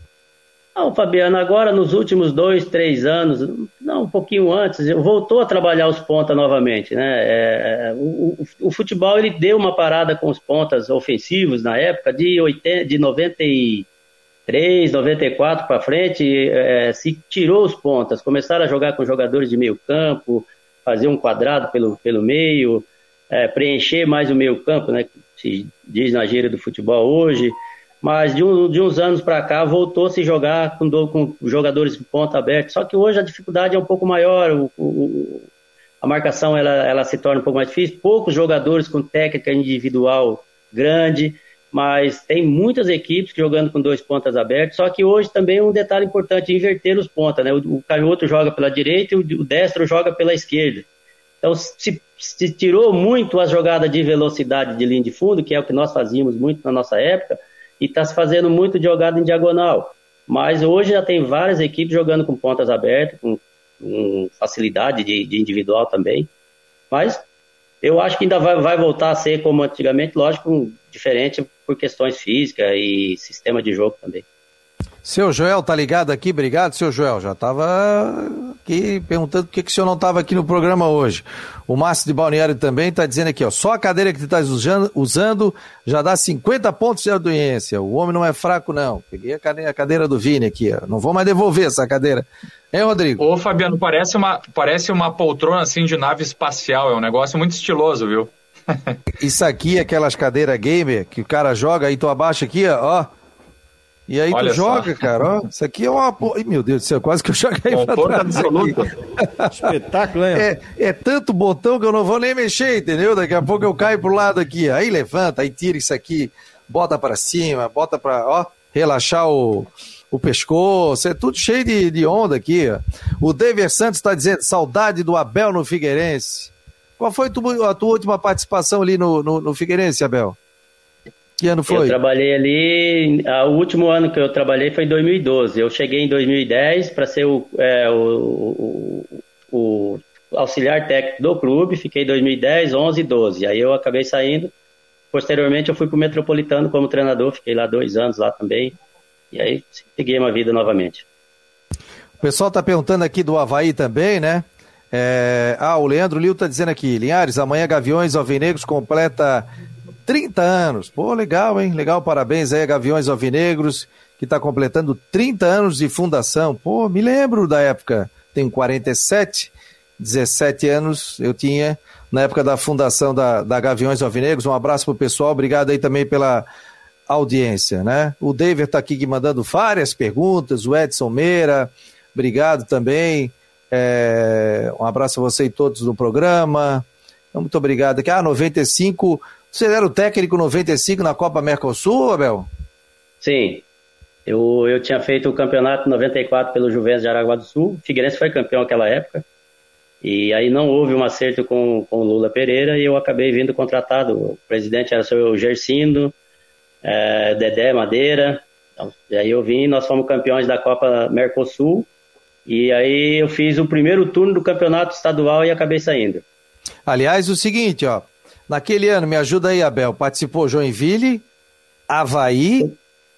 Não, Fabiano, agora nos últimos dois, três anos, não, um pouquinho antes, voltou a trabalhar os pontas novamente, né? É, o, o, o futebol, ele deu uma parada com os pontas ofensivos na época de, oitenta, de noventa e três, noventa e quatro para frente, é, se tirou os pontas, começaram a jogar com jogadores de meio campo, fazer um quadrado pelo, pelo meio, é, preencher mais o meio campo, né? Que se diz na gíria do futebol hoje. Mas de, um, de uns anos para cá voltou a se jogar com, do, com jogadores de ponta aberta. Só que hoje a dificuldade é um pouco maior, o, o, a marcação ela, ela se torna um pouco mais difícil. Poucos jogadores com técnica individual grande, mas tem muitas equipes jogando com dois pontas abertos. Só que hoje também um detalhe importante, inverter os pontas, né? O, o canhoto joga pela direita e o, o destro joga pela esquerda. Então se, se tirou muito as jogadas de velocidade de linha de fundo, que é o que nós fazíamos muito na nossa época, e está se fazendo muito de jogada em diagonal. Mas hoje já tem várias equipes jogando com pontas abertas, com, com facilidade de, de individual também. Mas eu acho que ainda vai, vai voltar a ser como antigamente, lógico, diferente por questões físicas e sistema de jogo também. Seu Joel tá ligado aqui? Obrigado, seu Joel. Já estava aqui perguntando por que, que o senhor não estava aqui no programa hoje. O Márcio de Balneário também está dizendo aqui, ó, só a cadeira que tu estás usando, usando já dá cinquenta pontos de audiência. O homem não é fraco, não. Peguei a cadeira, a cadeira do Vini aqui, ó. Não vou mais devolver essa cadeira. Hein, Rodrigo? Ô, Fabiano, parece uma, parece uma poltrona assim de nave espacial. É um negócio muito estiloso, viu? Isso aqui é aquelas cadeiras gamer que o cara joga, aí tu abaixa aqui, ó. E aí Olha tu joga, só. cara, ó. Isso aqui é uma... Ih, meu Deus do céu, quase que eu joguei pra trás. Espetáculo, hein? É, é tanto botão que eu não vou nem mexer, entendeu? Daqui a pouco eu caio pro lado aqui. Aí levanta, aí tira isso aqui, bota pra cima, bota pra, ó, relaxar o, o pescoço. É tudo cheio de, de onda aqui, ó. O Dever Santos tá dizendo, saudade do Abel no Figueirense. Qual foi tu, a tua última participação ali no, no, no Figueirense, Abel? Que ano foi? Eu trabalhei ali, o último ano que eu trabalhei foi em dois mil e doze. Eu cheguei em dois mil e dez para ser o, é, o, o, o auxiliar técnico do clube, fiquei em dois mil e dez, onze e doze. Aí eu acabei saindo, posteriormente eu fui para o Metropolitano como treinador, fiquei lá dois anos lá também, e aí segui uma vida novamente. O pessoal está perguntando aqui do Avaí também, né? É... Ah, o Leandro Lil está dizendo aqui, Linhares, amanhã Gaviões Alvinegros completa trinta anos. Pô, legal, hein? Legal, parabéns aí a Gaviões Alvinegros, que está completando trinta anos de fundação. Pô, me lembro da época. Tenho quarenta e sete, dezessete anos eu tinha na época da fundação da, da Gaviões Alvinegros. Um abraço pro pessoal, obrigado aí também pela audiência, né? O David está aqui mandando várias perguntas, o Edson Meira, obrigado também. É... Um abraço a você e todos do programa. Muito obrigado. Ah, noventa e cinco... Você era o técnico noventa e cinco na Copa Mercosul, Abel? Sim. Eu, eu tinha feito o campeonato em noventa e quatro pelo Juventus de Jaraguá do Sul. O Figueirense foi campeão naquela época. E aí não houve um acerto com, com o Lula Pereira e eu acabei vindo contratado. O presidente era o seu Gersindo, é, Dedé Madeira. Então, e aí eu vim, nós fomos campeões da Copa Mercosul. E aí eu fiz o primeiro turno do campeonato estadual e acabei saindo. Aliás, o seguinte, ó. Naquele ano, me ajuda aí, Abel, participou Joinville, Avaí...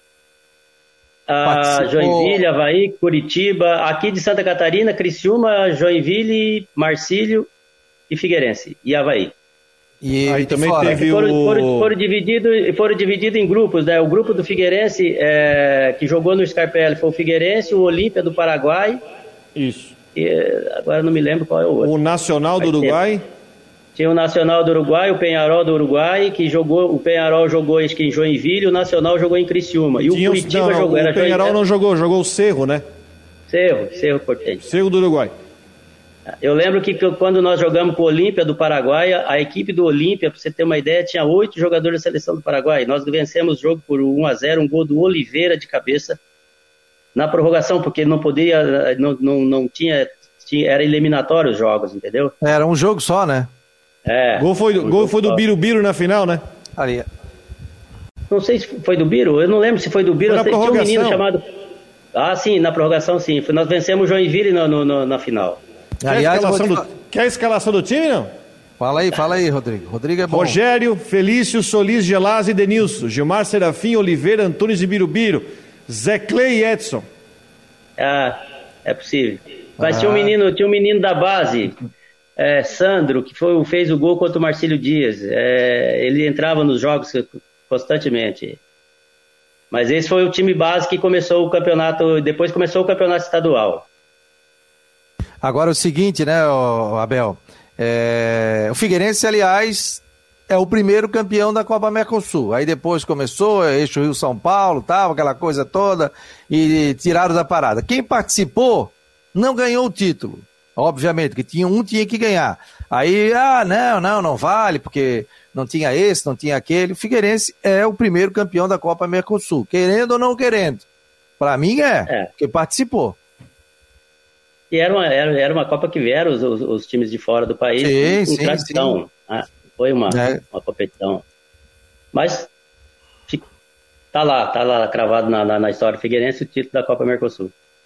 Ah, Joinville, Avaí, Curitiba, aqui de Santa Catarina, Criciúma, Joinville, Marcílio e Figueirense, e Avaí. E aí também fora. teve foram, o... Foram, foram divididos foram dividido em grupos, né? O grupo do Figueirense, é, que jogou no Scarpelli, foi o Figueirense, o Olímpia do Paraguai. Isso. E, agora não me lembro qual é o outro. O Nacional do Uruguai. Ter. Tinha o Nacional do Uruguai, o Penharol do Uruguai, que jogou, o Penharol jogou acho que em Joinville, o Nacional jogou em Criciúma. E Tinha o Curitiba não, jogou. O era Penharol Joinville. Não jogou, jogou o Cerro, né? Cerro, Cerro Porteño. Cerro do Uruguai. Eu lembro que quando nós jogamos com o Olímpia do Paraguai, a equipe do Olímpia, para você ter uma ideia, tinha oito jogadores da seleção do Paraguai. Nós vencemos o jogo por um a zero, um gol do Oliveira de cabeça na prorrogação, porque não podia, não, não, não tinha, tinha, era eliminatório os jogos, entendeu? Era um jogo só, né? É. Gol foi, um gol foi do Birubiru na final, né? Ali. Não sei se foi do Biro, eu não lembro se foi do Biro. Foi na tinha um menino prorrogação. chamado... Ah, sim, na prorrogação, sim. Nós vencemos o Joinville no, no, no, na final. Quer, Aliás, a escalação te... do... Quer a escalação do time, não? Fala aí, fala aí, Rodrigo. Rodrigo é bom. Rogério, Felício, Solis, Gelaz e Denilson. Gilmar, Serafim, Oliveira, Antunes e Birubiru. Zé Clay e Edson. Ah, é possível. Mas ah. tinha um menino, tinha um menino da base... É, Sandro, que foi, fez o gol contra o Marcílio Dias. É, ele entrava nos jogos constantemente. Mas esse foi o time base que começou o campeonato, depois começou o campeonato estadual. Agora o seguinte, né, Abel? É, o Figueirense, aliás, é o primeiro campeão da Copa Mercosul. Aí depois começou, eixo Rio-São Paulo, tal, aquela coisa toda, e tiraram da parada. Quem participou não ganhou o título. Obviamente, que tinha um tinha que ganhar. Aí, ah, não, não, não vale, porque não tinha esse, não tinha aquele. O Figueirense é o primeiro campeão da Copa Mercosul, querendo ou não querendo. Para mim é, é, porque participou. E era uma, era, era uma Copa que vieram os, os, os times de fora do país sim, com sim, tradição. Sim. Ah, foi uma, é. uma competição. Mas tá lá, tá lá cravado na, na, na história do Figueirense o título da Copa Mercosul.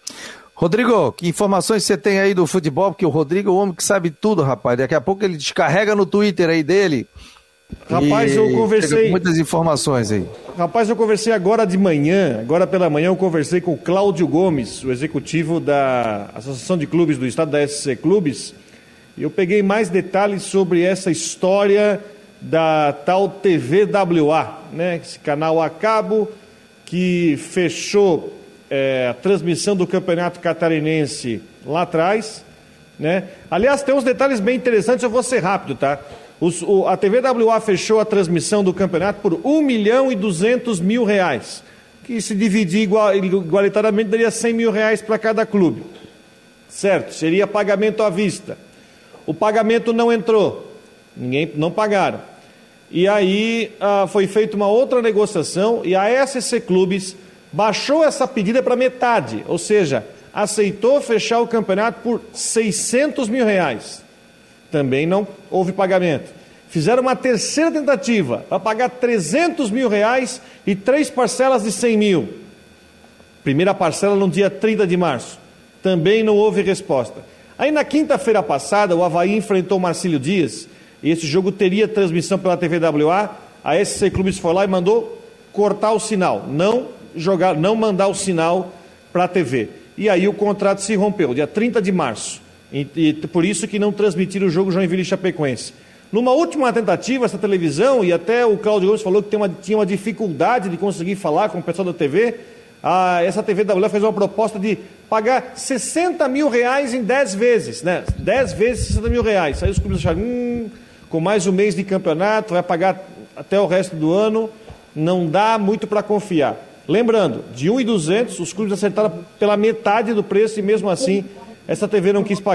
Rodrigo, que informações você tem aí do futebol? Porque o Rodrigo é o homem que sabe tudo, rapaz. Daqui a pouco ele descarrega no Twitter aí dele. Rapaz, eu conversei... muitas informações aí. Rapaz, eu conversei agora de manhã, agora pela manhã eu conversei com o Cláudio Gomes, o executivo da Associação de Clubes do Estado, da S C Clubes, e eu peguei mais detalhes sobre essa história da tal T V W A, né? Esse canal a cabo que fechou é, a transmissão do Campeonato Catarinense lá atrás, né? Aliás, tem uns detalhes bem interessantes, eu vou ser rápido, tá? Os, o, a T V W A fechou a transmissão do campeonato por um milhão e duzentos mil reais, que se dividir igual, igualitariamente daria cem mil reais para cada clube, certo? Seria pagamento à vista. O pagamento não entrou, ninguém, não pagaram. E aí ah, foi feita uma outra negociação e a S C Clubes baixou essa pedida para metade, ou seja, aceitou fechar o campeonato por seiscentos mil reais. Também não houve pagamento. Fizeram uma terceira tentativa para pagar trezentos mil reais e três parcelas de cem mil. Primeira parcela no dia trinta de março. Também não houve resposta. Aí na quinta-feira passada, o Avaí enfrentou o Marcílio Dias. E esse jogo teria transmissão pela T V W A. A S C Clubes foi lá e mandou cortar o sinal. Não jogar, não mandar o sinal para a T V. E aí o contrato se rompeu, dia trinta de março. E, e por isso que não transmitiram o jogo Joinville e Chapecoense. Numa última tentativa, essa televisão, e até o Cláudio Gomes falou que tem uma, tinha uma dificuldade de conseguir falar com o pessoal da T V, a, essa T V W fez uma proposta de pagar sessenta mil reais em dez vezes, né? dez vezes sessenta mil reais. Aí os clubes acharam, hum, com mais um mês de campeonato, vai pagar até o resto do ano, não dá muito para confiar. Lembrando, de um milhão e duzentos, os clubes acertaram pela metade do preço e mesmo assim essa T V não quis pagar.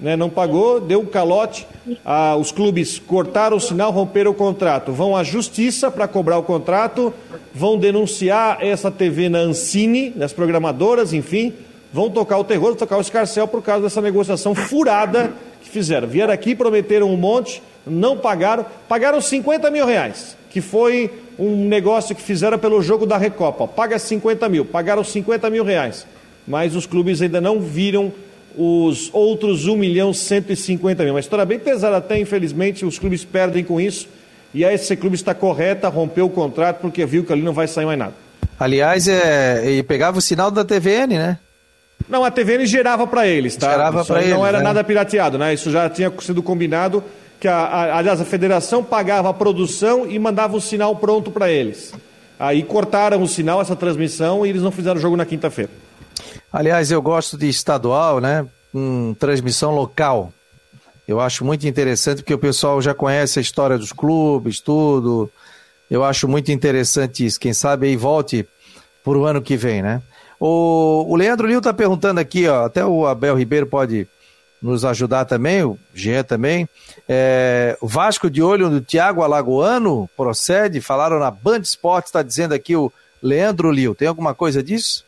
né, não pagou, deu um calote, ah, os clubes cortaram o sinal, romperam o contrato, vão à justiça para cobrar o contrato, vão denunciar essa T V na Ancine, nas programadoras, enfim, vão tocar o terror, tocar o escarcéu por causa dessa negociação furada que fizeram. Vieram aqui, prometeram um monte, não pagaram, pagaram cinquenta mil reais, que foi um negócio que fizeram pelo jogo da Recopa. Paga cinquenta mil, pagaram cinquenta mil reais, mas os clubes ainda não viram os outros um milhão cento e cinquenta mil. Uma história bem pesada até, infelizmente, os clubes perdem com isso, e aí esse clube está correto, rompeu o contrato, porque viu que ali não vai sair mais nada. Aliás, é, e pegava o sinal da T V N, né? Não, a T V N gerava para eles, tá? Gerava para eles, não era né? nada pirateado, né? Isso já tinha sido combinado, que a, a, aliás, a federação pagava a produção e mandava o sinal pronto para eles. Aí cortaram o sinal, essa transmissão, e eles não fizeram o jogo na quinta-feira. Aliás, eu gosto de estadual, né? Hum, transmissão local. Eu acho muito interessante, porque o pessoal já conhece a história dos clubes, tudo. Eu acho muito interessante isso. Quem sabe aí volte para o ano que vem, né? O, o Leandro Lil está perguntando aqui, ó, até o Abel Ribeiro pode nos ajudar também, o Jean também. É, o Vasco de olho no Thiago Alagoano, procede? Falaram na Band Esportes, está dizendo aqui o Leandro Lil. Tem alguma coisa disso?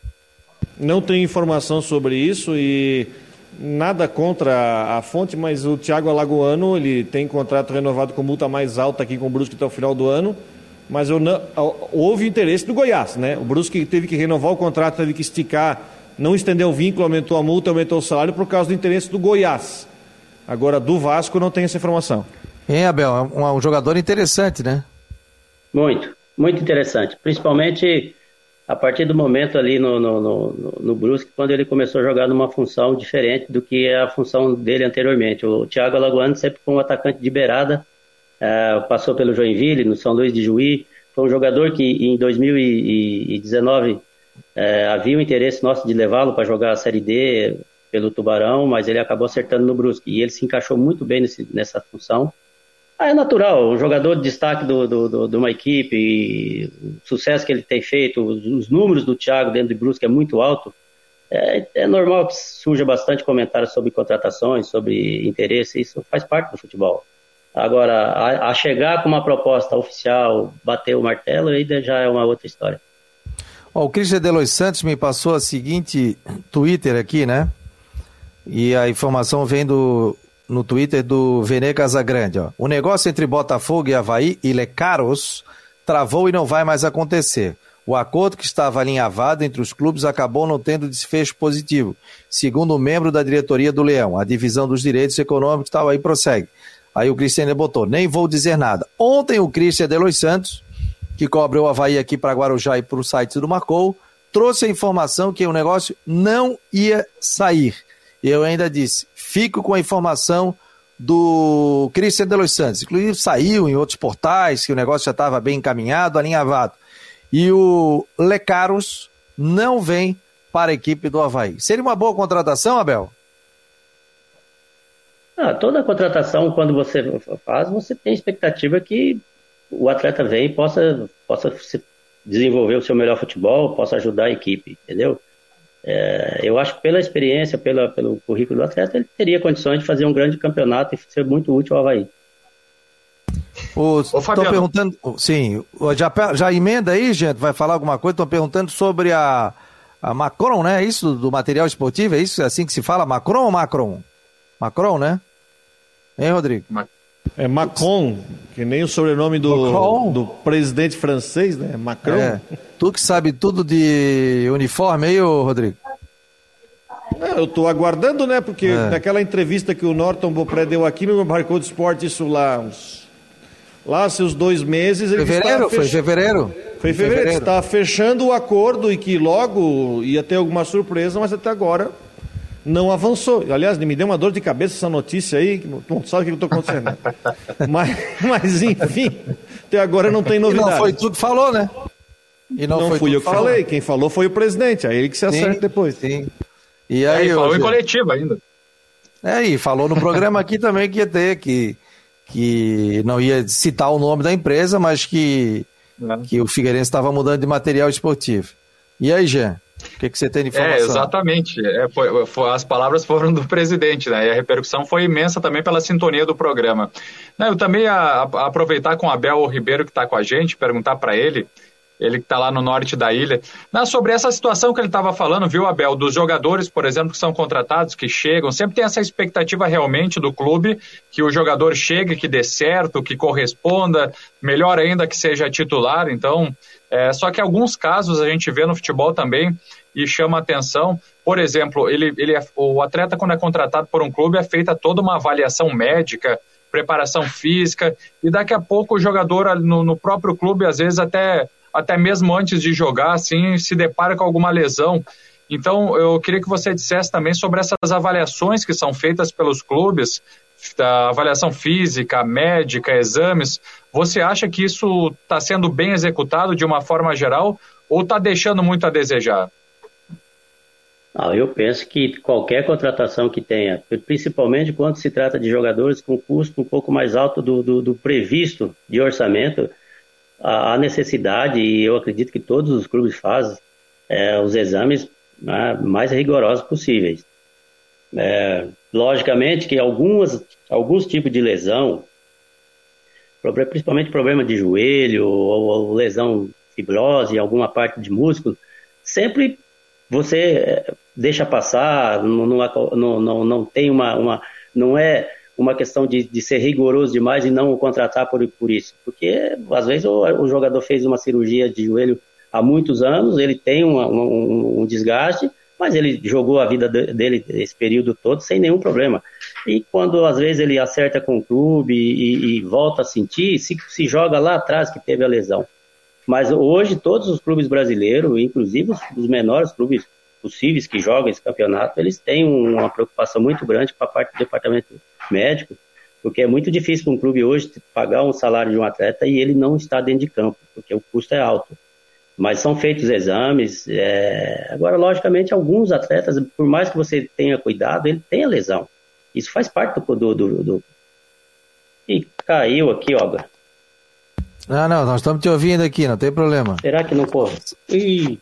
Não tenho informação sobre isso e nada contra a, a fonte, mas o Thiago Alagoano, ele tem contrato renovado com multa mais alta aqui com o Brusque até o final do ano, mas eu não, houve interesse do Goiás, né? O Brusque teve que renovar o contrato, teve que esticar, não estendeu o vínculo, aumentou a multa, aumentou o salário por causa do interesse do Goiás. Agora, do Vasco, não tenho essa informação. Hein, Abel? É um, um jogador interessante, né? Muito, muito interessante. Principalmente a partir do momento ali no, no, no, no Brusque, quando ele começou a jogar numa função diferente do que é a função dele anteriormente. O Thiago Alagoano sempre foi um atacante de beirada, uh, passou pelo Joinville, no São Luís de Juí, foi um jogador que em dois mil e dezenove uh, havia o interesse nosso de levá-lo para jogar a Série D pelo Tubarão, mas ele acabou acertando no Brusque, e ele se encaixou muito bem nesse, nessa função. Ah, é natural, um jogador de destaque do, do, do, de uma equipe, o sucesso que ele tem feito, os, os números do Thiago dentro do Brusque é muito alto, é, é normal que surja bastante comentário sobre contratações, sobre interesse, isso faz parte do futebol. Agora, a, a chegar com uma proposta oficial, bater o martelo, aí já é uma outra história. Ó, o Christian Delois Santos me passou a seguinte Twitter aqui, né? E a informação vem do... no Twitter do Vene Casagrande, ó. O negócio entre Botafogo e Avaí e Lecaros travou e não vai mais acontecer. O acordo que estava alinhavado entre os clubes acabou não tendo desfecho positivo, segundo um membro da diretoria do Leão. A divisão dos direitos econômicos tal, aí prossegue. Aí o Cristiano botou, nem vou dizer nada. Ontem o Christian Delois Santos, que cobre o Avaí aqui para Guarujá e para o site do Marcou, trouxe a informação que o negócio não ia sair. E eu ainda disse, fico com a informação do Christian Delois Santos. Inclusive saiu em outros portais que o negócio já estava bem encaminhado, alinhavado. E o Lecaros não vem para a equipe do Avaí. Seria uma boa contratação, Abel? Ah, toda contratação, quando você faz, você tem expectativa que o atleta venha e possa, possa desenvolver o seu melhor futebol, possa ajudar a equipe, entendeu? É, eu acho que pela experiência, pela, pelo currículo do atleta, ele teria condições de fazer um grande campeonato e ser muito útil ao Avaí. Estão perguntando, sim, já, já emenda aí, gente, vai falar alguma coisa? Estão perguntando sobre a, a Macron, né? Isso do material esportivo, é isso assim que se fala? Macron ou Macron? Macron, né? Hein, Rodrigo? É Macron, que nem o sobrenome do, do presidente francês, né? Macron. É. Tu que sabe tudo de uniforme aí, ô Rodrigo? É, eu tô aguardando, né? Porque é. naquela entrevista que o Norton Bopré deu aqui no Marcou do Esporte, isso lá uns... Lá, seus dois meses... Ele fevereiro? Fech... Foi fevereiro? Foi em fevereiro. Ele estava fechando o acordo e que logo ia ter alguma surpresa, mas até agora não avançou. Aliás, me deu uma dor de cabeça essa notícia aí, que não sabe o que eu estou acontecendo. mas, mas, enfim, até agora não tem novidade. E não foi tudo que falou, né? E não, não foi fui eu que falou. falei, quem falou foi o presidente, aí ele que se acerta sim, depois. Sim. E aí, é, falou hoje... em coletivo ainda. É, e falou no programa aqui também que ia ter, que, que não ia citar o nome da empresa, mas que, é. que o Figueirense estava mudando de material esportivo. E aí, Jean? O que, que você tem de informação? É, exatamente. É, foi, foi, as palavras foram do presidente, né? E a repercussão foi imensa também pela sintonia do programa. Não, eu também a, a, aproveitar com o Abel Ribeiro, que está com a gente, perguntar para ele, ele que está lá no norte da ilha, não, sobre essa situação que ele estava falando, viu, Abel, dos jogadores, por exemplo, que são contratados, que chegam, sempre tem essa expectativa realmente do clube, que o jogador chegue, que dê certo, que corresponda, melhor ainda que seja titular, então, é, só que alguns casos a gente vê no futebol também e chama atenção, por exemplo, ele, ele é, o atleta quando é contratado por um clube é feita toda uma avaliação médica, preparação física, e daqui a pouco o jogador no, no próprio clube, às vezes até... até mesmo antes de jogar, assim, se depara com alguma lesão. Então, eu queria que você dissesse também sobre essas avaliações que são feitas pelos clubes, a avaliação física, médica, exames. Você acha que isso está sendo bem executado de uma forma geral ou está deixando muito a desejar? Ah, eu penso que qualquer contratação que tenha, principalmente quando se trata de jogadores com custo um pouco mais alto do, do, do previsto de orçamento, a necessidade, e eu acredito que todos os clubes fazem, é, os exames, né, mais rigorosos possíveis. É, logicamente que algumas, alguns tipos de lesão, principalmente problema de joelho ou, ou lesão fibrose em alguma parte de músculo, sempre você deixa passar, não, não, não, não tem uma, uma não é uma questão de, de ser rigoroso demais e não o contratar por, por isso. Porque, às vezes, o, o jogador fez uma cirurgia de joelho há muitos anos, ele tem uma, um, um desgaste, mas ele jogou a vida dele esse período todo sem nenhum problema. E quando, às vezes, ele acerta com o clube e, e volta a sentir, se, se joga lá atrás que teve a lesão. Mas hoje, todos os clubes brasileiros, inclusive os, os menores clubes possíveis que jogam esse campeonato, eles têm uma preocupação muito grande com a parte do departamento médico, porque é muito difícil para um clube hoje pagar um salário de um atleta e ele não está dentro de campo, porque o custo é alto. Mas são feitos exames. É... Agora, logicamente, alguns atletas, por mais que você tenha cuidado, ele tem a lesão. Isso faz parte do... do, do, do... Ih, caiu aqui, ó. Não, não, nós estamos te ouvindo aqui, não tem problema. Será que não corre? Ih...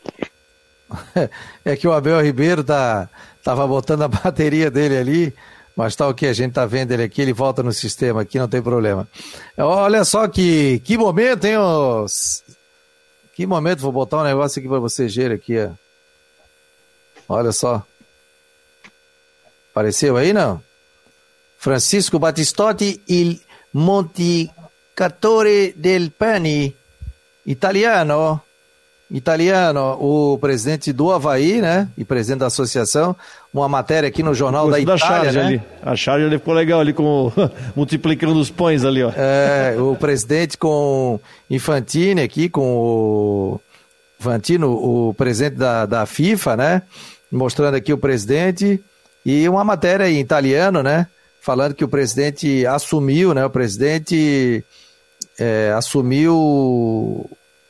É que o Abel Ribeiro tá, tava botando a bateria dele ali, mas tá o que? A gente tá vendo ele aqui, ele volta no sistema aqui, não tem problema. Olha só que, que momento, hein? Ó. Que momento, vou botar um negócio aqui para você ver aqui, ó. Olha só. Apareceu aí, não? Francisco Battistotti, il Monticatore del Pani, italiano. Italiano, o presidente do Avaí, né? E presidente da associação, uma matéria aqui no Jornal da Itália, da Charge, né? Ali. A Charge ali ficou legal ali, com multiplicando os pães ali, ó. É, o presidente com Infantini aqui, com o Infantino, o presidente da, da FIFA, né? Mostrando aqui o presidente, e uma matéria em italiano, né? Falando que o presidente assumiu, né? O presidente é, assumiu...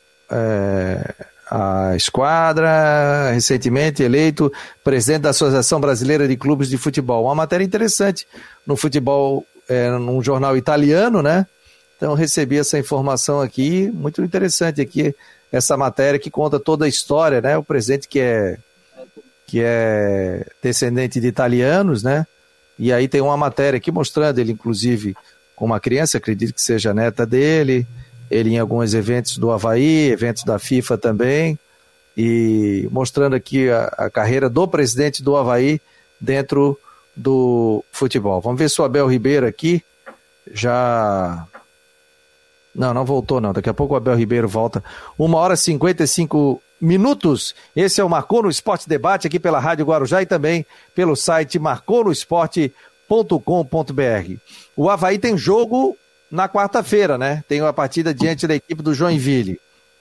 É, a esquadra, recentemente eleito presidente da Associação Brasileira de Clubes de Futebol. Uma matéria interessante no futebol, é, num jornal italiano, né? Então recebi essa informação aqui, muito interessante aqui, essa matéria que conta toda a história, né? O presidente que é, que é descendente de italianos, né? E aí tem uma matéria aqui mostrando ele, inclusive, com uma criança, acredito que seja a neta dele, ele em alguns eventos do Avaí, eventos da FIFA também, e mostrando aqui a, a carreira do presidente do Avaí dentro do futebol. Vamos ver se o Abel Ribeiro aqui já... Não, não voltou não, daqui a pouco o Abel Ribeiro volta. Uma hora e cinquenta e cinco minutos, esse é o Marcou no Esporte Debate, aqui pela Rádio Guarujá e também pelo site marcou no esporte ponto com ponto b r. O Avaí tem jogo... na quarta-feira, né? Tem uma partida diante da equipe do Joinville.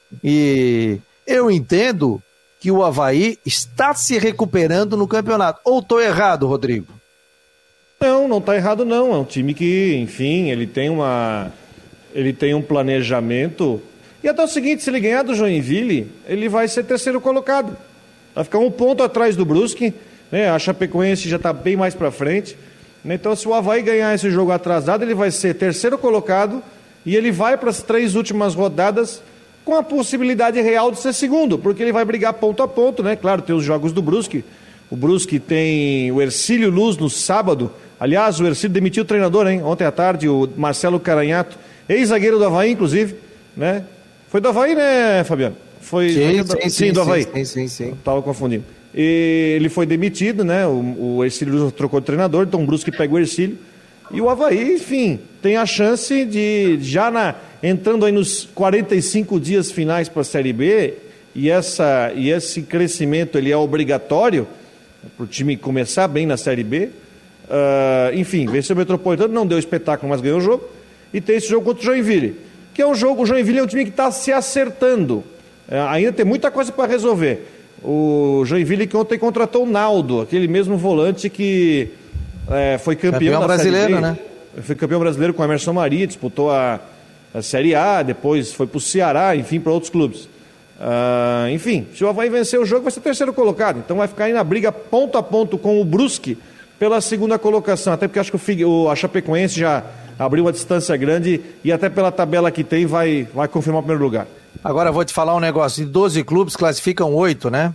E eu entendo que o Avaí está se recuperando no campeonato. Ou estou errado, Rodrigo? Não, não está errado não. É um time que, enfim, ele tem uma... ele tem um planejamento. E até o seguinte, se ele ganhar do Joinville, ele vai ser terceiro colocado. Vai ficar um ponto atrás do Brusque, né? A Chapecoense já está bem mais para frente. Então, se o Avaí ganhar esse jogo atrasado, ele vai ser terceiro colocado e ele vai para as três últimas rodadas com a possibilidade real de ser segundo, porque ele vai brigar ponto a ponto, né? Claro, tem os jogos do Brusque. O Brusque tem o Hercílio Luz no sábado. Aliás, o Hercílio demitiu o treinador, hein? Ontem à tarde, o Marcelo Caranhato, ex-zagueiro do Avaí, inclusive, né? Foi do Avaí, né, Fabiano? Foi sim, do... sim, sim, sim, do Avaí. Sim, sim, sim. Estava confundindo. E ele foi demitido, né? O, o Hercílio Luz trocou de treinador, então o Brusque pega o Hercílio. E o Avaí, enfim, tem a chance de, já na, entrando aí nos quarenta e cinco dias finais para a Série B, e, essa, e esse crescimento ele é obrigatório para o time começar bem na Série B. Uh, enfim, venceu o Metropolitano, não deu espetáculo, mas ganhou o jogo. E tem esse jogo contra o Joinville, que é um jogo, o Joinville é um time que está se acertando. Uh, ainda tem muita coisa para resolver. O Joinville que ontem contratou o Naldo, aquele mesmo volante que é, foi campeão, campeão da brasileiro, Série B, né? Foi campeão brasileiro com o Emerson Maria, disputou a, a Série A, depois foi para o Ceará, enfim, para outros clubes. Uh, enfim, se o Avaí vencer o jogo, vai ser terceiro colocado. Então vai ficar aí na briga ponto a ponto com o Brusque pela segunda colocação. Até porque acho que o, Fig... o a Chapecoense já abriu uma distância grande e até pela tabela que tem vai, vai confirmar o primeiro lugar. Agora eu vou te falar um negócio. De doze clubes, classificam oito, né?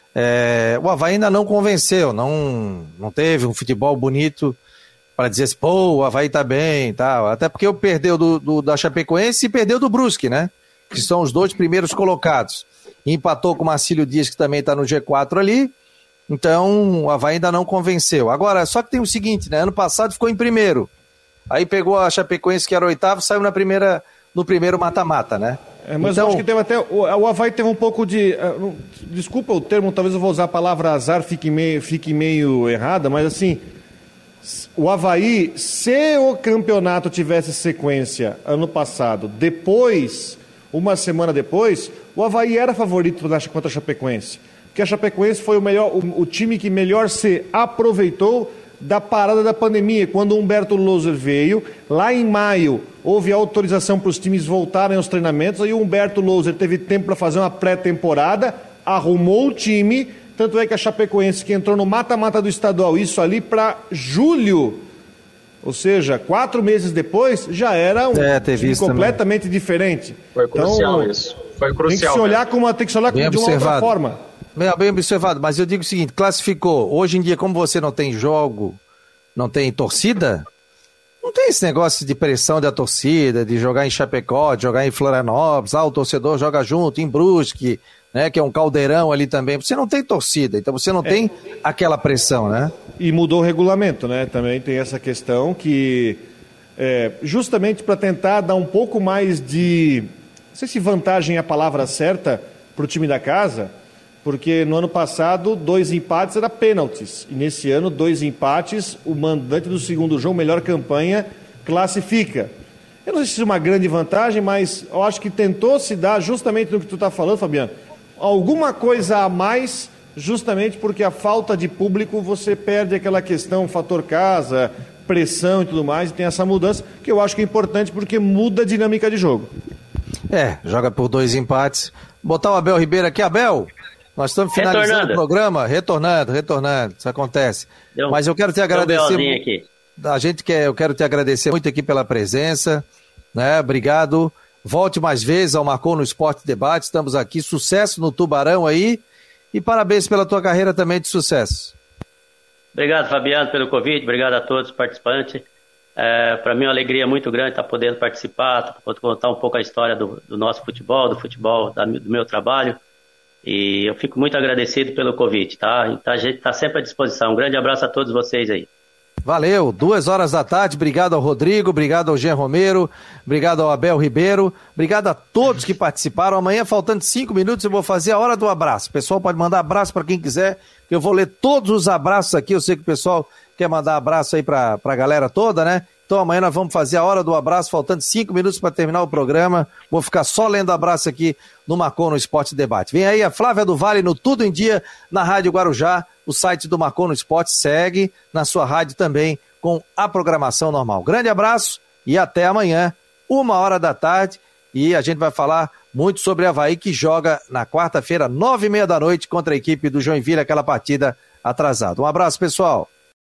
É, o Avaí ainda não convenceu, não, não teve um futebol bonito para dizer assim, pô, o Avaí tá bem e tal. Até porque perdeu do, do, da Chapecoense e perdeu do Brusque, né? Que são os dois primeiros colocados. E empatou com o Marcílio Dias, que também está no G quatro ali. Então, o Avaí ainda não convenceu. Agora, só que tem o seguinte, né? Ano passado ficou em primeiro. Aí pegou a Chapecoense, que era oitavo, saiu na primeira, no primeiro mata-mata, né? É, mas então... eu acho que teve até. O, o Avaí teve um pouco de. Uh, desculpa o termo, talvez eu vou usar a palavra azar, fique meio, fique meio errada, mas assim. O Avaí, se o campeonato tivesse sequência ano passado, depois, uma semana depois, o Avaí era favorito contra a Chapecoense. Porque a Chapecoense foi o, melhor, o, o time que melhor se aproveitou da parada da pandemia. Quando o Humberto Loser veio, lá em maio, houve autorização para os times voltarem aos treinamentos, aí o Humberto Loser teve tempo para fazer uma pré-temporada, arrumou o time, tanto é que a Chapecoense, que entrou no mata-mata do estadual, isso ali para julho, ou seja, quatro meses depois, já era um é, time completamente também. diferente. Foi crucial então, isso. Foi crucial. Tem que se olhar, com uma, tem que se olhar com, de uma outra forma. Bem, bem observado, mas eu digo o seguinte, classificou, hoje em dia, como você não tem jogo, não tem torcida, não tem esse negócio de pressão da torcida, de jogar em Chapecó, de jogar em Florianópolis, ah, o torcedor joga junto, em Brusque, né, que é um caldeirão ali também, você não tem torcida, então você não é. tem aquela pressão, né? E mudou o regulamento, né, também tem essa questão que, é, justamente para tentar dar um pouco mais de, não sei se vantagem é a palavra certa, para o time da casa, porque no ano passado, dois empates era pênaltis. E nesse ano, dois empates, o mandante do segundo jogo, melhor campanha, classifica. Eu não sei se é uma grande vantagem, mas eu acho que tentou se dar, justamente no que tu está falando, Fabiano, alguma coisa a mais, justamente porque a falta de público, você perde aquela questão, fator casa, pressão e tudo mais, e tem essa mudança, que eu acho que é importante porque muda a dinâmica de jogo. É, joga por dois empates. Botar o Abel Ribeiro aqui. Abel... Nós estamos finalizando retornando. o programa, retornando, retornando, isso acontece. Deu, Mas eu quero te agradecer. Aqui. A gente quer, eu quero te agradecer muito aqui pela presença, né? Obrigado. Volte mais vezes ao Marcou no Esporte Debate. Estamos aqui, sucesso no Tubarão aí e parabéns pela tua carreira também de sucesso. Obrigado, Fabiano, pelo convite. Obrigado a todos os participantes. É, para mim é uma alegria muito grande estar podendo participar, contar um pouco a história do, do nosso futebol, do futebol da, do meu trabalho. E eu fico muito agradecido pelo convite, tá? Então a gente está sempre à disposição. Um grande abraço a todos vocês aí. Valeu, duas horas da tarde, obrigado ao Rodrigo, obrigado ao Jean Romero, obrigado ao Abel Ribeiro, obrigado a todos que participaram. Amanhã, faltando cinco minutos, eu vou fazer a hora do abraço. O pessoal pode mandar abraço para quem quiser, que eu vou ler todos os abraços aqui. Eu sei que o pessoal quer mandar abraço aí para a galera toda, né? Então amanhã nós vamos fazer a hora do abraço, faltando cinco minutos para terminar o programa. Vou ficar só lendo abraço aqui no Marcou no Esporte Debate. Vem aí a Flávia do Vale no Tudo em Dia, na Rádio Guarujá. O site do Marcou no Esporte segue na sua rádio também com a programação normal. Grande abraço e até amanhã, uma hora da tarde. E a gente vai falar muito sobre a Avaí, que joga na quarta-feira, nove e meia da noite, contra a equipe do Joinville, aquela partida atrasada. Um abraço, pessoal.